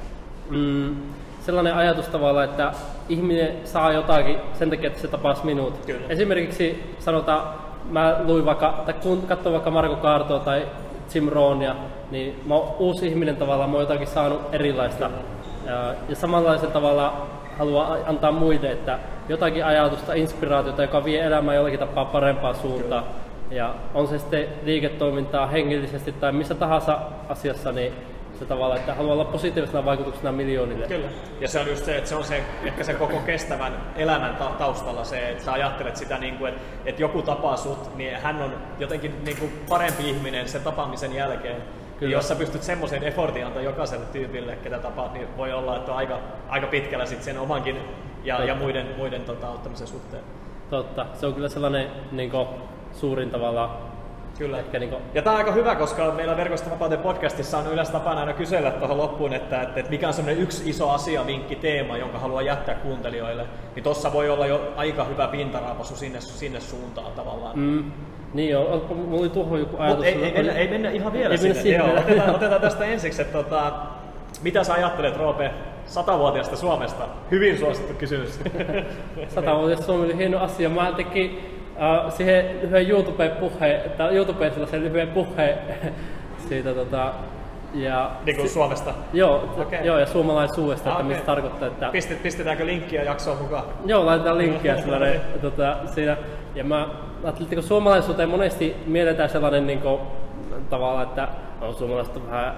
mm, sellainen ajatus tavalla, että ihminen saa jotakin sen takia, että se tapasi minut. Kyllä. Esimerkiksi sanotaan, mä luin vaikka, tai katsoin vaikka Marko Kaartoa tai Jim Rohnia, niin mä oon uusi ihminen tavallaan, mä oon jotakin saanut erilaista. Ja, ja samanlaisen tavalla haluan antaa muille, että jotakin ajatusta, inspiraatiota, joka vie elämää jollakin tapaa parempaan suuntaan. Kyllä. Ja on se sitten liiketoimintaa hengellisesti tai missä tahansa asiassa, niin se tavalla, että haluaa olla positiivisena vaikutuksena miljoonille. Kyllä. Ja se on just se, että se on se, ehkä se koko kestävän elämän ta- taustalla se, että sä ajattelet sitä, niin kuin, että, että joku tapaa sut, niin hän on jotenkin niin kuin parempi ihminen sen tapaamisen jälkeen. Kyllä. Jos sä pystyt semmoisen effortin antaa jokaiselle tyypille, ketä tapaat, niin voi olla, että on aika, aika pitkällä sit sen omankin ja, ja muiden, muiden tota, auttamisen suhteen. Totta. Se on kyllä sellainen niin kuin, suurin tavalla. Kyllä. Niin kuin... Ja tämä on aika hyvä, koska meillä Verkosta Vapauteen podcastissa on yleensä tapana aina kysellä tuohon loppuun, että, että, että mikä on semmoinen yksi iso asia, vinkki, teema, jonka haluaa jättää kuuntelijoille. Niin tossa voi olla jo aika hyvä pintaraapasu sinne, sinne suuntaan tavallaan. Mm. Niin joo, mulla oli tuohon joku ajatus. Ei, ei, mennä, ei mennä ihan vielä ei sinne. sinne. Joo, otetaan, otetaan tästä ensiksi, että tota, mitä sä ajattelet, Roope, satavuotiaasta Suomesta? Hyvin suosittu kysymys. Satavuotiaasta Suomi oli hieno asia. Mä tekin Uh, siihen lyhyen YouTube-puheen, tai YouTubeen sellaisen lyhyen puheen siitä tota, ja niin kuin si- Suomesta? Joo, okay. joo, ja suomalaisuudesta, ah, että okay. mitä tarkoittaa, että... Pistet, pistetäänkö linkkiä jaksoon mukaan? Joo, laitetaan linkkiä sellainen, tota, siinä, ja mä ajattelin, että suomalaisuuteen monesti mielletään sellainen niin kuin, tavalla, että no, suomalaiset on vähän...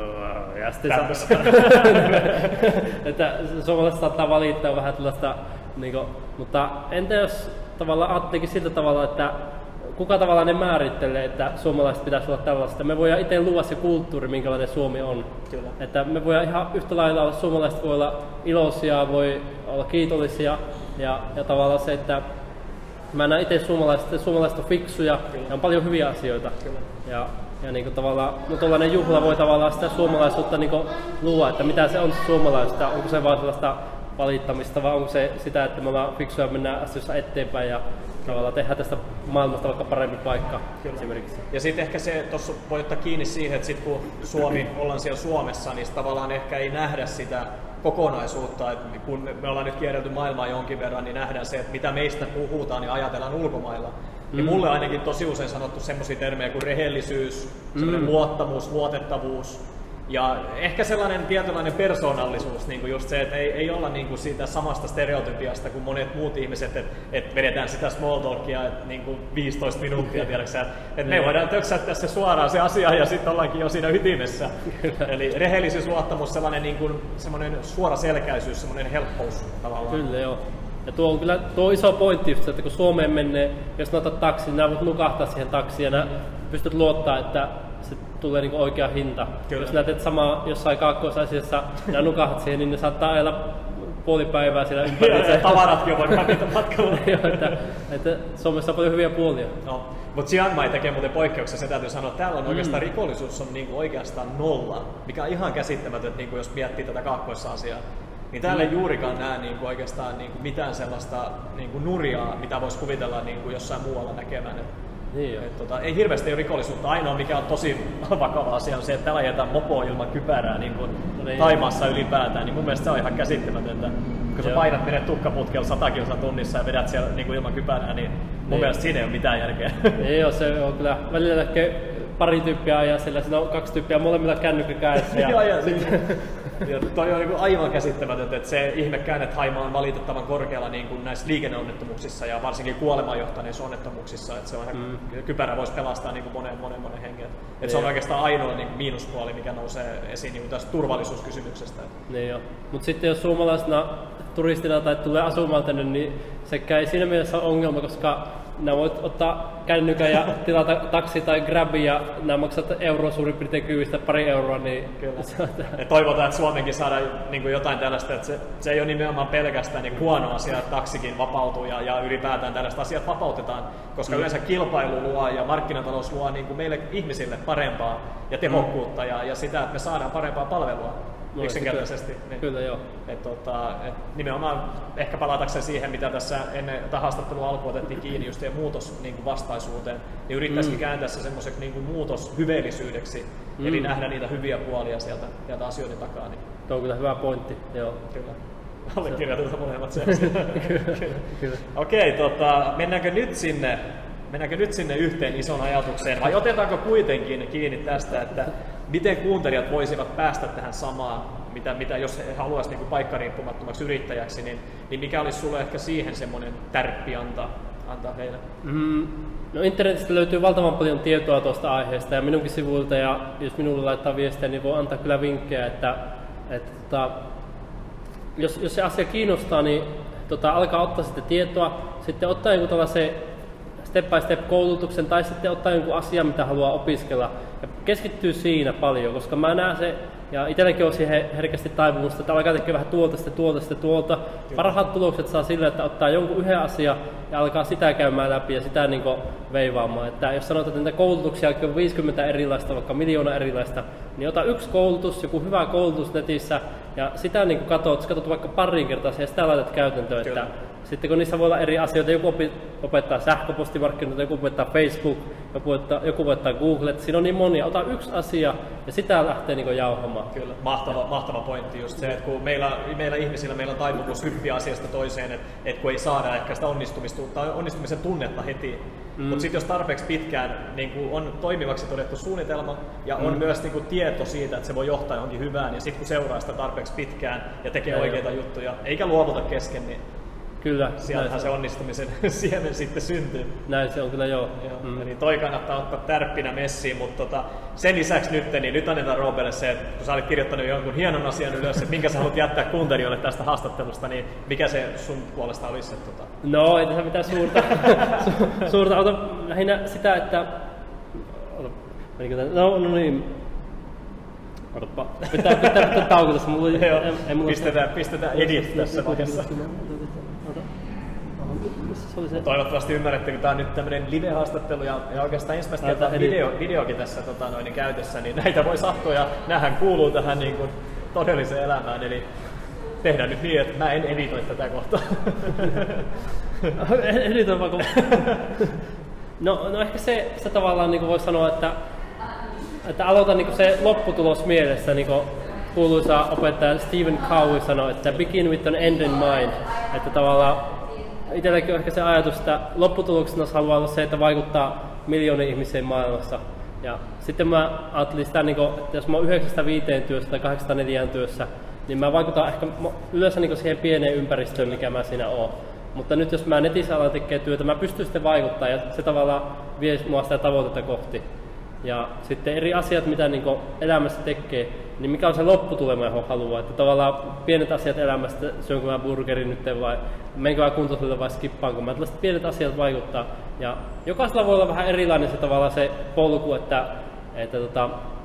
Ja sitten sa- että suomalaiset saattaa valittaa vähän tällaista, niin kuin, mutta entä jos tavallaan ajattelikin sillä tavalla, että kuka tavallaan ne määrittelee, että suomalaiset pitäisi olla tällaista. Me voidaan itse luoda se kulttuuri, minkälainen Suomi on. Kyllä. Että me voidaan ihan yhtä lailla olla, suomalaiset voi olla iloisia, voi olla kiitollisia ja, ja tavallaan se, että mä näen itse suomalaiset, suomalaiset on fiksuja. Kyllä. Ja on paljon hyviä asioita. Kyllä. Ja, ja niin kuin tavallaan, no tuollainen juhla voi tavallaan sitä suomalaisuutta niin kuin luoda, että mitä se on suomalaista, onko se vaan sellaista valittamista vai onko se sitä, että me ollaan fiksuja ja mennään asioissa eteenpäin ja tavallaan tehdään tästä maailmasta vaikka parempi paikka. Kyllä. Esimerkiksi. Ja sitten ehkä se, tuossa voi ottaa kiinni siihen, että sit kun Suomi, ollaan siellä Suomessa, niin tavallaan ehkä ei nähdä sitä kokonaisuutta, että kun me ollaan nyt kierrelty maailmaa jonkin verran, niin nähdään se, että mitä meistä puhutaan ja ajatellaan ulkomailla. Mm. Niin mulle ainakin tosi usein sanottu semmoisia termejä kuin rehellisyys, semmoinen mm. luottamus, luotettavuus. Ja ehkä sellainen tietynlainen persoonallisuus, niin kuin just se, että ei, ei olla niin kuin siitä samasta stereotypiasta kuin monet muut ihmiset, että, että vedetään sitä small talkia että niin kuin viisitoista minuuttia, tiedäksä, että, että me voidaan töksäyttää se suoraan se asia ja sitten ollaankin jo siinä ytimessä. Eli rehellisyys, luottamus, sellainen, niin kuin, sellainen suora selkäisyys, sellainen helppous tavallaan. Kyllä joo. Ja tuo on kyllä tuo on iso pointti just, että kun Suomeen menee, jos otat taksiin, nämä voit nukahtaa siihen taksiin ja pystyt luottaa, että se tulee niinku oikea hinta. Kyllä. Jos näet, että sama jossain kaakkoisasiassa ja nukahdat siihen, niin ne saattaa ajella puoli päivää siellä ympäri. Ja tavaratkin on voinut hävitä matkalla. Joo, että, että Suomessa on paljon hyviä puolia. No, mutta Chiang Mai tekee muuten poikkeuksia, se täytyy sanoa, että täällä on oikeastaan mm. rikollisuus on niinku oikeastaan nolla, mikä on ihan käsittämätöntä, niinku jos miettii tätä Kaakkois-Aasiaa. Niin täällä ei juurikaan näe niinku oikeastaan niinku mitään sellaista niinku nurjaa, mitä voisi kuvitella niinku jossain muualla näkevän. Niin et, tota, ei hirveästi ole rikollisuutta. Ainoa mikä on tosi vakava asia on se, että täällä ajetaan mopoa ilman kypärää niin kuin no niin. Taimaassa ylipäätään. Niin mun mielestä se on ihan käsittämätöntä. Kun sä painat menet tukkaputkella sata kilsaa tunnissa ja vedät siellä niin kuin ilman kypärää, niin mun niin. mielestä siinä ei ole mitään järkeä. Ei ole, se on kyllä. Välillä näkee pari tyyppiä ajaa sillä, siinä on kaksi tyyppiä molemmilla kännykkä kädessä. Ja, ja, ja toi on niin aivan käsittämätöntä, että se ihmekään, että Haimaa on valitettavan korkealla niin kuin näissä liikenneonnettomuuksissa ja varsinkin kuolemaan johtaneissa onnettomuuksissa, että se on mm. kypärä voisi pelastaa niin kuin monen, monen, monen hengen. Että se on oikeastaan ainoa niin miinuspuoli, mikä nousee esiin niin tästä turvallisuuskysymyksestä. Niin joo. Mutta sitten jos suomalaisena turistina tai tulee asumaan tänne, niin sekä ei siinä mielessä ole ongelma, koska nämä voit ottaa kännykän ja tilata taksi tai grabi ja nämä maksat euroa suurin piirtein kyvistä pari euroa. Niin kyllä. Ja toivotaan, että Suomenkin saadaan niin kuin jotain tällaista, että se, se ei ole nimenomaan pelkästään niin huono asia, että taksikin vapautuu ja, ja ylipäätään tällaista asiat vapautetaan, koska mm. yleensä kilpailu luo ja markkinatalous luo niin kuin meille ihmisille parempaa ja tehokkuutta mm. ja, ja sitä, että me saadaan parempaa palvelua. No, yksinkertaisesti. Kyllä, niin. kyllä joo. Et, tota, et nimenomaan ehkä palatakseni siihen, mitä tässä ennen tätä haastattelua alkuun otettiin kiinni, just muutos niin kuin vastaisuuteen, niin yrittäisikin mm. kääntää se semmoiseksi niin kuin muutos hyveellisyydeksi, mm. eli nähdä niitä hyviä puolia sieltä, sieltä asioiden takaa. Niin. Tuo on kyllä hyvä pointti. Joo. Kyllä. Allekirjoitetaan molemmat sen. Okei, tota, mennäänkö nyt sinne Mennäänkö nyt sinne yhteen ison ajatukseen, vai otetaanko kuitenkin kiinni tästä, että miten kuuntelijat voisivat päästä tähän samaan, mitä, mitä jos he haluaisivat niin paikkariippumattomaksi yrittäjäksi, niin, niin mikä olisi sulle ehkä siihen semmoinen tärppi antaa, antaa heille? Mm, no internetistä löytyy valtavan paljon tietoa tuosta aiheesta ja minunkin sivuilta, ja jos minulle laittaa viestejä, niin voi antaa kyllä vinkkejä, että, että tota, jos, jos se asia kiinnostaa, niin tota, alkaa ottaa sitten tietoa, sitten ottaa joku tällaisen step by step koulutuksen tai sitten ottaa jonkun asian, mitä haluaa opiskella ja keskittyy siinä paljon, koska mä näen se, ja itselläkin on siihen herkästi taipumusta, että alkaa tekemään vähän tuolta, sitten tuolta, sitten tuolta. Parhaat tulokset saa sillä, että ottaa jonkun yhden asian ja alkaa sitä käymään läpi ja sitä niin veivaamaan. Että jos sanotaan, että niitä koulutuksia on viisikymmentä erilaista, vaikka miljoona erilaista, niin ota yksi koulutus, joku hyvä koulutus netissä ja sitä niin katsot, katsot vaikka pariin kertaa ja sitä laitat käytäntöön. Että sitten kun niissä voi olla eri asioita, joku opettaa sähköpostimarkkinoita, joku opettaa Facebook, joku opettaa, joku opettaa Google, siinä on niin monia. Ota yksi asia ja sitä lähtee niin jauhamaan. Kyllä, mahtava, mahtava pointti just se, että kun meillä, meillä ihmisillä meillä on taipumus hyppiä asiasta toiseen, että, että kun ei saada ehkä sitä onnistumista tai onnistumisen tunnetta heti, mm. mutta sitten jos tarpeeksi pitkään niin kun on toimivaksi todettu suunnitelma ja on mm. myös niin kun tieto siitä, että se voi johtaa johonkin hyvään ja sitten kun seuraa sitä tarpeeksi pitkään ja tekee ja oikeita jo. juttuja eikä luovuta kesken, niin kyllä. Sieltähän se onnistumisen siemen sitten syntyy. Näin se on kyllä joo. joo. Mm. Eli toi kannattaa ottaa tärppinä messiin, mutta tota, sen lisäksi nyt, niin nyt annetaan Roopelle se, että kun sä olit kirjoittanut jonkun hienon asian ylös, että minkä sä haluat jättää kuuntelijoille tästä haastattelusta, niin mikä se sun puolesta olisi? Että, tota... No ei tässä mitään suurta. Su- suurta. Ota lähinnä sitä, että... Ota, no, no niin. Odotpa. Pitää, pitää, pitää tauko tässä. Mulla ei, ei, ei mulla pistetään, pistetään edit tässä vaiheessa. Toivottavasti ymmärrätte, kun tämä on nyt tämmöinen live-haastattelu ja, ja oikeastaan ensimmäistä kertaa video, videokin tässä tota, noin, käytössä, niin näitä voi sattua ja näähän kuuluu tähän niin kuin, todelliseen elämään. Eli tehdään nyt niin, että mä en editoi tätä kohtaa. Editoi vaan no, no ehkä se, se tavallaan niin voi sanoa, että Että aloitan niin se lopputulos mielessä, niin kuuluisa opettaja Stephen Covey sanoi, että begin with an end in mind. Että tavallaan itselläkin on ehkä se ajatus, että lopputuloksena haluaa olla se, että vaikuttaa miljoonien ihmisiin maailmassa. Ja sitten mä ajattelin sitä, että jos mä oon yhdeksästä viiteen työssä tai kahdeksasta neljään työssä, niin mä vaikutan ehkä yleensä niin siihen pieneen ympäristöön, mikä mä siinä oon. Mutta nyt jos mä netissä alan tekee työtä, mä pystyn sitten vaikuttamaan ja se tavallaan vie mua sitä tavoitetta kohti. Ja sitten eri asiat, mitä niin elämässä tekee, niin mikä on se lopputulema, johon haluaa. Että tavallaan pienet asiat elämästä, syönkö mä burgerin nyt vai menkö mä kuntosalille vai skippaanko mä. Tällaiset pienet asiat vaikuttaa. Ja jokaisella voi olla vähän erilainen se tavallaan se polku, että, että tota,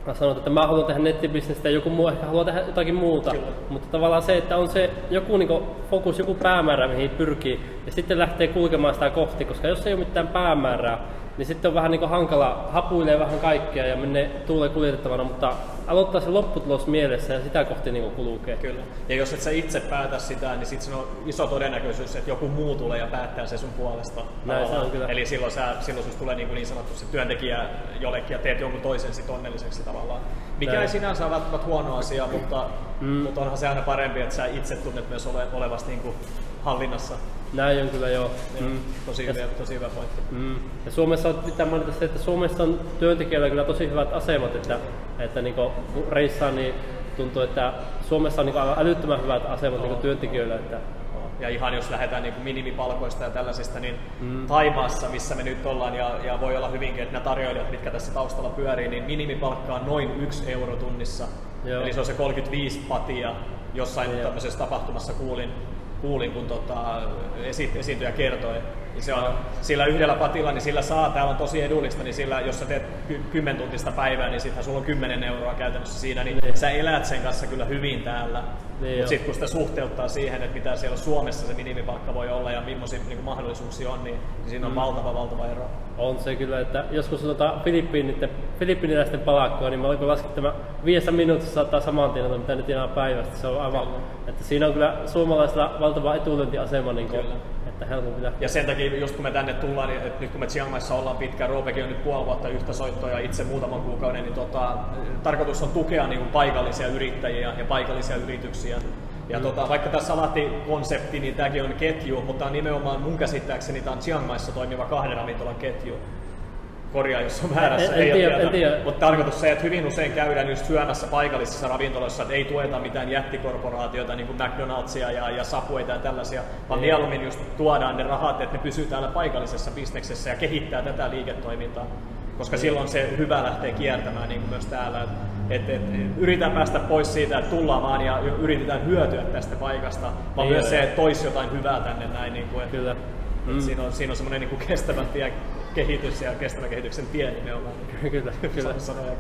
mä sanon, että mä haluan tehdä nettibisnestä ja joku muu ehkä haluaa tehdä jotakin muuta. Kyllä. Mutta tavallaan se, että on se joku niinku fokus, joku päämäärä, mihin pyrkii ja sitten lähtee kulkemaan sitä kohti, koska jos ei ole mitään päämäärää, niin sitten on vähän niinku hankala, hapuilee vähän kaikkea ja menee tuuleen kuljetettavana, mutta aloittaa se lopputulos mielessä ja sitä kohti niinku kulkee. Kyllä. Ja jos et sä itse päätä sitä, niin sitten on iso todennäköisyys, että joku muu tulee ja päättää se sun puolesta. Näin se on kyllä. Eli silloin, sä, silloin susta tulee niin, niin sanottu se työntekijä jollekin ja teet jonkun toisen sit onnelliseksi tavallaan. Mikä Näin. Ei sinänsä ole välttämättä huono asia, mutta, mm. mutta onhan se aina parempi, että sä itse tunnet myös ole, olevasti niin kuin hallinnassa. Näin on kyllä joo. Mm. Tosi, hyvä, tosi hyvä pointti. Mm. Ja Suomessa pitää mainita se, että Suomessa on työntekijöillä kyllä tosi hyvät asemat, että, että niin kun reissaan, niin tuntuu, että Suomessa on niin aivan älyttömän hyvät asemat no. niin työntekijöillä. Että... Ja ihan jos lähdetään niin minimipalkoista ja tällaisista, niin mm. Thaimaassa, missä me nyt ollaan, ja, ja voi olla hyvinkin, että nämä tarjoilijat, mitkä tässä taustalla pyörii, niin minimipalkka on noin yksi euro tunnissa. Joo. Eli se on se kolmekymmentäviisi patia. Jossain Joo. tämmöisessä tapahtumassa kuulin, kuulin kun tota, esi- esiintyjä kertoi. Niin se on, sillä yhdellä patilla, niin sillä saa, täällä on tosi edullista, niin sillä, jos sä teet ky- kymmentuntista päivää, niin sittenhän sulla on kymmenen euroa käytännössä siinä, niin ne. Sä elät sen kanssa kyllä hyvin täällä. Mutta sitten kun sitä suhteuttaa siihen, että mitä siellä Suomessa se minimipalkka voi olla ja millaisia niin mahdollisuuksia on, niin, niin siinä on mm. valtava, valtava ero. On se kyllä, että joskus tuota filippiiniläisten palakkoa, niin mä olin laskin tämä viidessä minuutissa saattaa saman tienata, mitä ne tienaa päivästä. Se on aivan, että siinä on kyllä suomalaisilla valtava etulyöntiasema. Niin kuin, että helpompi. Ja sen takia, just kun me tänne tullaan, niin että nyt kun me Chiang Maissa ollaan pitkään, Roopekin on nyt puoli vuotta yhtä soittoa ja itse muutaman kuukauden, niin tota, tarkoitus on tukea niin kuin paikallisia yrittäjiä ja paikallisia yrityksiä. Ja mm. tota, vaikka tässä salaatikonsepti, niin tämäkin on ketju, mutta on nimenomaan mun käsittääkseni tämä on Chiang Maissa toimiva kahden ravintolan ketju. Korjaa, jos on väärässä, en, ei en ole tiedä, tiedä. Mutta tarkoitus se, että hyvin usein käydään just syömässä paikallisissa ravintoloissa, että ei tueta mitään jättikorporaatioita, niin kuin McDonald'sia ja, ja Subwayta ja tällaisia, vaan mieluummin just tuodaan ne rahat, että ne pysyy täällä paikallisessa bisneksessä ja kehittää tätä liiketoimintaa. Koska silloin se hyvä lähtee kiertämään niin kuin myös täällä. Et, et, yritetään päästä pois siitä, että tullaan vaan ja yritetään hyötyä tästä paikasta, vaan myös se, että toisi jotain hyvää tänne näin. Niin kuin, et, Kyllä. Et mm. Siinä on, siinä on semmoinen niin kestävän tie, kehitys ja kestävän kehityksen tie nimenomaan. Kyllä, kyllä.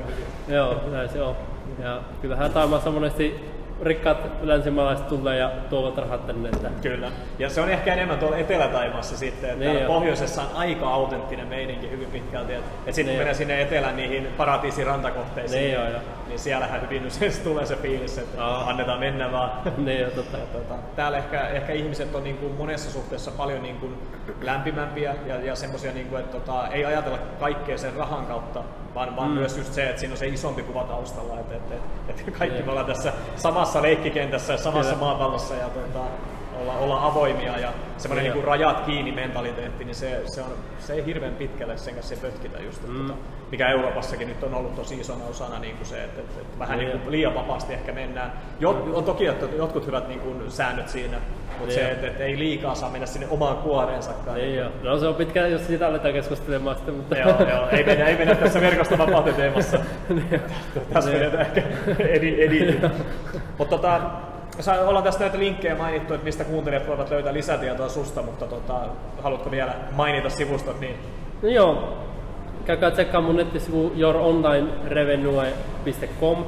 Joo, näin se on. Ja kyllähän Thaimaassa monesti rikkaat länsimaalaiset tulee ja tuovat rahat tänne. Että... Kyllä. Ja se on ehkä enemmän tuolla Etelä-Taimaassa sitten, että niin pohjoisessa on aika autenttinen meininki hyvin pitkälti. Että et sitten kun menee sinne etelään niihin paratiisin rantakohteisiin, niin, niin, niin siellähän hyvin usein tulee se fiilis, että oh. annetaan mennä vaan. Niin jo, totta. Ja, tota, täällä ehkä, ehkä ihmiset on niin kuin monessa suhteessa paljon niin kuin lämpimämpiä ja, ja semmoisia, niin kuin, että tota, ei ajatella kaikkea sen rahan kautta, vaan, vaan mm. myös just se, että siinä on se isompi kuva taustalla, että, että, että, että kaikki me ollaan tässä samassa leikkikentässä ja samassa Kyllä. maapallossa ja tuota, olla, olla avoimia ja semmoinen niin kuin rajat kiinni mentaliteetti, niin se, se, on, se ei hirveän pitkälle sen kanssa se pötkitä just, että, mm. mikä Euroopassakin nyt on ollut tosi isona osana niin kuin se, että, että, että vähän niin kuin liian vapaasti ehkä mennään. Jot, on toki että jotkut hyvät niin kuin säännöt siinä, mutta se, että, että ei liikaa saa mennä sinne omaan kuoreensakaan. Niin niin no se on pitkä, jos siitä aletaan keskustelemaan sitten. Mutta... joo, joo, ei mennä, ei mennä tässä verkosta vapauteen teemassa. Tässä mennään ehkä editin. Mutta tota, ollaan tästä näitä linkkejä mainittu, että mistä kuuntelijat voivat löytää lisätietoa susta, mutta tota, haluatko vielä mainita sivustot? Niin? No joo, käykää tsekkaa mun nettisivu your online revenue piste com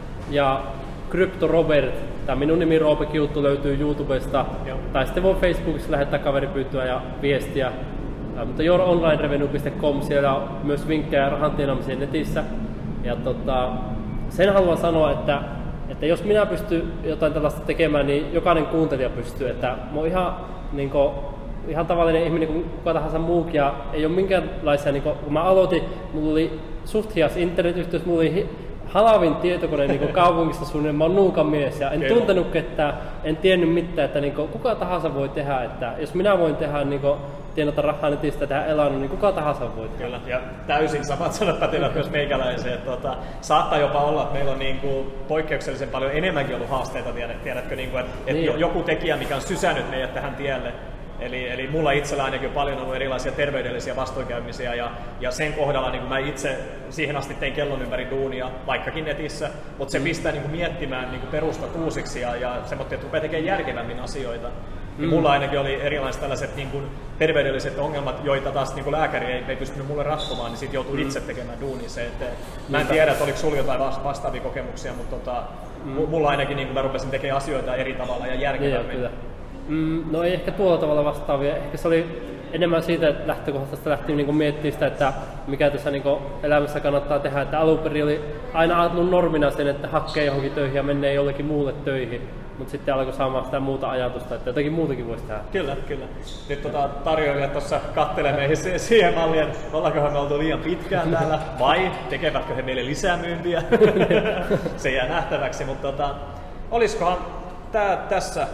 ja Crypto Robert, tämä minun nimi Roope Kiuttu löytyy YouTubesta, joo. Tai sitten voi Facebookissa lähettää kaveripyyntöä ja viestiä. Ja, mutta your online revenue piste com, siellä on myös vinkkejä rahan tienaamiseen netissä. Ja tota, sen haluan sanoa, että että jos minä pystyn jotain tällaista tekemään, niin jokainen kuuntelija pystyy. Että mä oon ihan, niin kuin, ihan tavallinen ihminen kuin kuka tahansa muukin ja ei ole minkäänlaisia, niin kuin, kun mä aloitin, mulla oli suht hias internetyhteys, mulla oli halavin tietokone niin kaupungissa suunnilleen, mä oon nuukan mies ja en Kyllä. tuntenut ketään, en tiennyt mitään, että niin kuin, kuka tahansa voi tehdä, että jos minä voin tehdä niin kuin, tienata rahaa netistä tähän elannon, niin kuka tahansa voi tehdä. Kyllä, ja täysin samat sanat pätevät myös meikäläiseen. Tuota, saattaa jopa olla, että meillä on niin kuin poikkeuksellisen paljon enemmänkin ollut haasteita, tiedätkö, niin kuin, että, niin. että joku tekijä, mikä on sysännyt meidät tähän tielle. Eli, eli mulla itsellä ainakin on paljon ollut erilaisia terveydellisiä vastoinkäymisiä ja, ja sen kohdalla niin mä itse siihen asti tein kellon ympäri duunia, vaikkakin netissä, mutta se pistää niin kuin miettimään niin kuin perustat uusiksi ja, ja semmoinen, että rupeaa tekemään järkevämmin asioita. niin mulla ainakin oli erilaiset tällaiset niin kuin terveydelliset ongelmat, joita taas niin kuin lääkäri ei, ei pystynyt mulle ratkomaan, niin sitten joutuu mm. itse tekemään duunia se eteen. Mä en tiedä, että oliko sulla jotain vastaavia kokemuksia, mutta tota, mm. mulla ainakin niin kuin mä rupesin tekemään asioita eri tavalla ja järkevämmin. Niin, mm, no ei ehkä tuolla tavalla vastaavia. Ehkä se oli enemmän siitä, että lähtökohdasta lähti niin miettimään sitä, että mikä tässä niin elämässä kannattaa tehdä. Että alun perin oli aina ajatellut normina sen, että hakkee johonkin töihin ja menee jollekin muulle töihin. Mutta sitten alkoi saamaan sitä muuta ajatusta, että jotakin muutakin voisi tehdä. Kyllä, kyllä. Nyt tota, tarjoilijat tuossa kattelee meihin siihen malliin, että ollaankohan me oltu liian pitkään täällä, vai tekevätkö he meille lisää myyntiä? Se jää nähtäväksi, mutta tota, olisikohan tää tässä,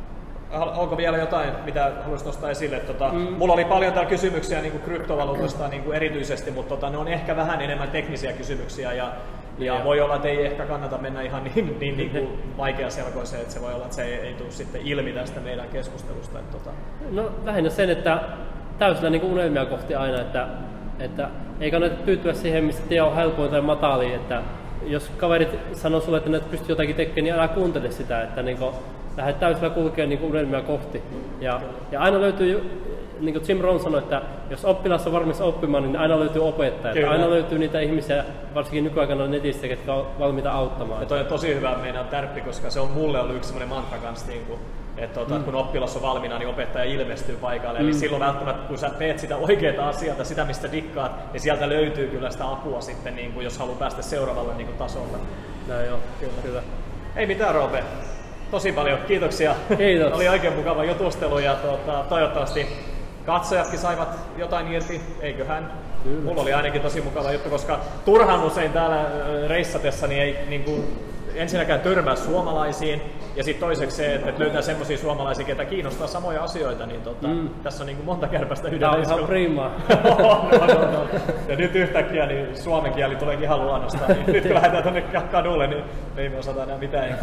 onko vielä jotain, mitä haluaisit nostaa esille? Tota, mm. Mulla oli paljon täällä kysymyksiä niin kuin kryptovaluutasta niin kuin erityisesti, mutta tota, ne on ehkä vähän enemmän teknisiä kysymyksiä. Ja Ja yeah. voi olla, että ei ehkä kannata mennä ihan niin, niin, niin kuin vaikeaselkoiseen, että se voi olla, että se ei, ei tule sitten ilmi tästä meidän keskustelusta. Että tota. No lähinnä sen, että täysillä niin kuin unelmia kohti aina, että, että ei kannata tyytyä siihen, mistä tie on helpoin tai mataliin. Että jos kaverit sanoo sulle, että ne pystyy jotakin tekemään, niin älä kuuntele sitä, että niin kuin, lähdet täysillä kulkemaan niin kuin unelmia kohti. Ja, ja aina löytyy, niin kuin Jim Rohn sanoi, että jos oppilas on valmis oppimaan, niin aina löytyy opettajia. Aina löytyy niitä ihmisiä, varsinkin nykyaikana netissä, jotka on valmiita auttamaan. Ja toi on tosi hyvä meidän tärppi, koska se on mulle ollut yksi sellainen mantra kanssa, niin kuin, että tuota, mm. kun oppilas on valmiina, niin opettaja ilmestyy paikalle. Mm. Eli silloin välttämättä, kun sä teet sitä oikeaa asiaa, sitä mistä dikkaat, niin sieltä löytyy kyllä sitä apua sitten, niin kuin, jos haluaa päästä seuraavalle niin kuin, tasolle. No joo, kyllä. kyllä. Ei mitään, Roope. Tosi paljon kiitoksia. Kiitos. Oli oikein mukava jutustelu ja tuota, toivottavasti katsojatkin saivat jotain irti, eiköhän? Kyllä. Mulla oli ainakin tosi mukava juttu, koska turhaan usein täällä reissatessa niin ei niin kuin, ensinnäkään törmää suomalaisiin, ja sitten toiseksi se, että löytää semmoisia suomalaisia, ketä kiinnostaa samoja asioita, niin tota, mm. tässä on niin kuin monta kärpästä yhdellä. Tämä on ihan primaa. no, no, no. Ja nyt yhtäkkiä niin suomen kieli tuleekin ihan luonnostaan, niin nyt kun lähdetään tuonne kadulle, niin ei me osata enää mitään.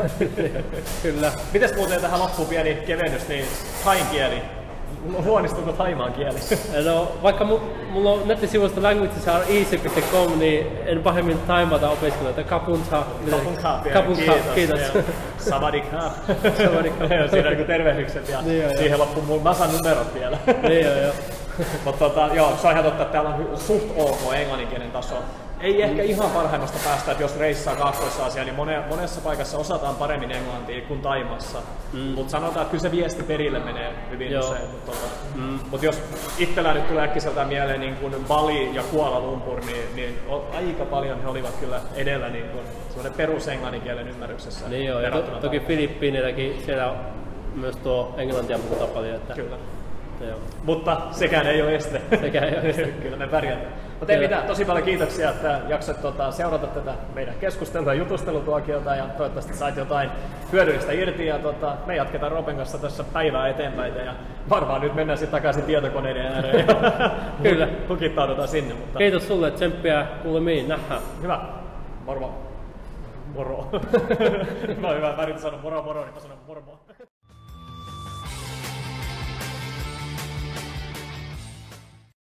Kyllä. Mites muuten tähän loppuun pieni kevennys, niin thain kieli? Huonistuuko thaimaan kieli? No, vaikka mulla on nettisivuista languages are easy piste com, niin en pahemmin thaimaata opiskella, että kapunta. Kapunka, kapunka, kiitos. Savadikha. Savadikha. Siinä on tervehdykset ja niin siihen jo. Loppuu mun masan numerot vielä. Niin joo, joo. Mutta tota, joo, se on ihan totta, että täällä on suht ok englanninkielen taso. Ei ehkä ihan parhaimmasta päästä, että jos reissaa Kaakkois-Aasiaan, niin mone, monessa paikassa osataan paremmin englantia kuin Thaimassa. Mm. Mutta sanotaan, että kyllä se viesti perille menee hyvin Joo. usein. Mutta tota, mm. mut jos itsellään nyt tulee äkkiseltään mieleen niin kuin Bali ja Kuala Lumpur, niin, niin aika paljon he olivat kyllä edellä niin kuin semmoinen perusenglanninkielen ymmärryksessä. Niin joo, ja to, toki Filippiineilläkin siellä myös tuo englantia puhutaan paljon. Että kyllä. Joo. Mutta sekään ei ole este. Sekään ei ole este. Kyllä me pärjätään. Mutta ei mitään, tosi paljon kiitoksia, että jaksat tota, seurata tätä meidän keskustelua ja jutustelutuokiota ja toivottavasti sait jotain hyödyllistä irti ja tota, me jatketaan Roopen kanssa tässä päivää eteenpäin ja varmaan nyt mennään sitten takaisin tietokoneiden ääreen ja kyllä hukittaudutaan sinne. Mutta kiitos sulle, tsemppiä kuulemiin, nähdään. Hyvä, moro. Moro. Mä oon hyvä, mä yritin sanoa moro moro, niin mä sanon moro moro.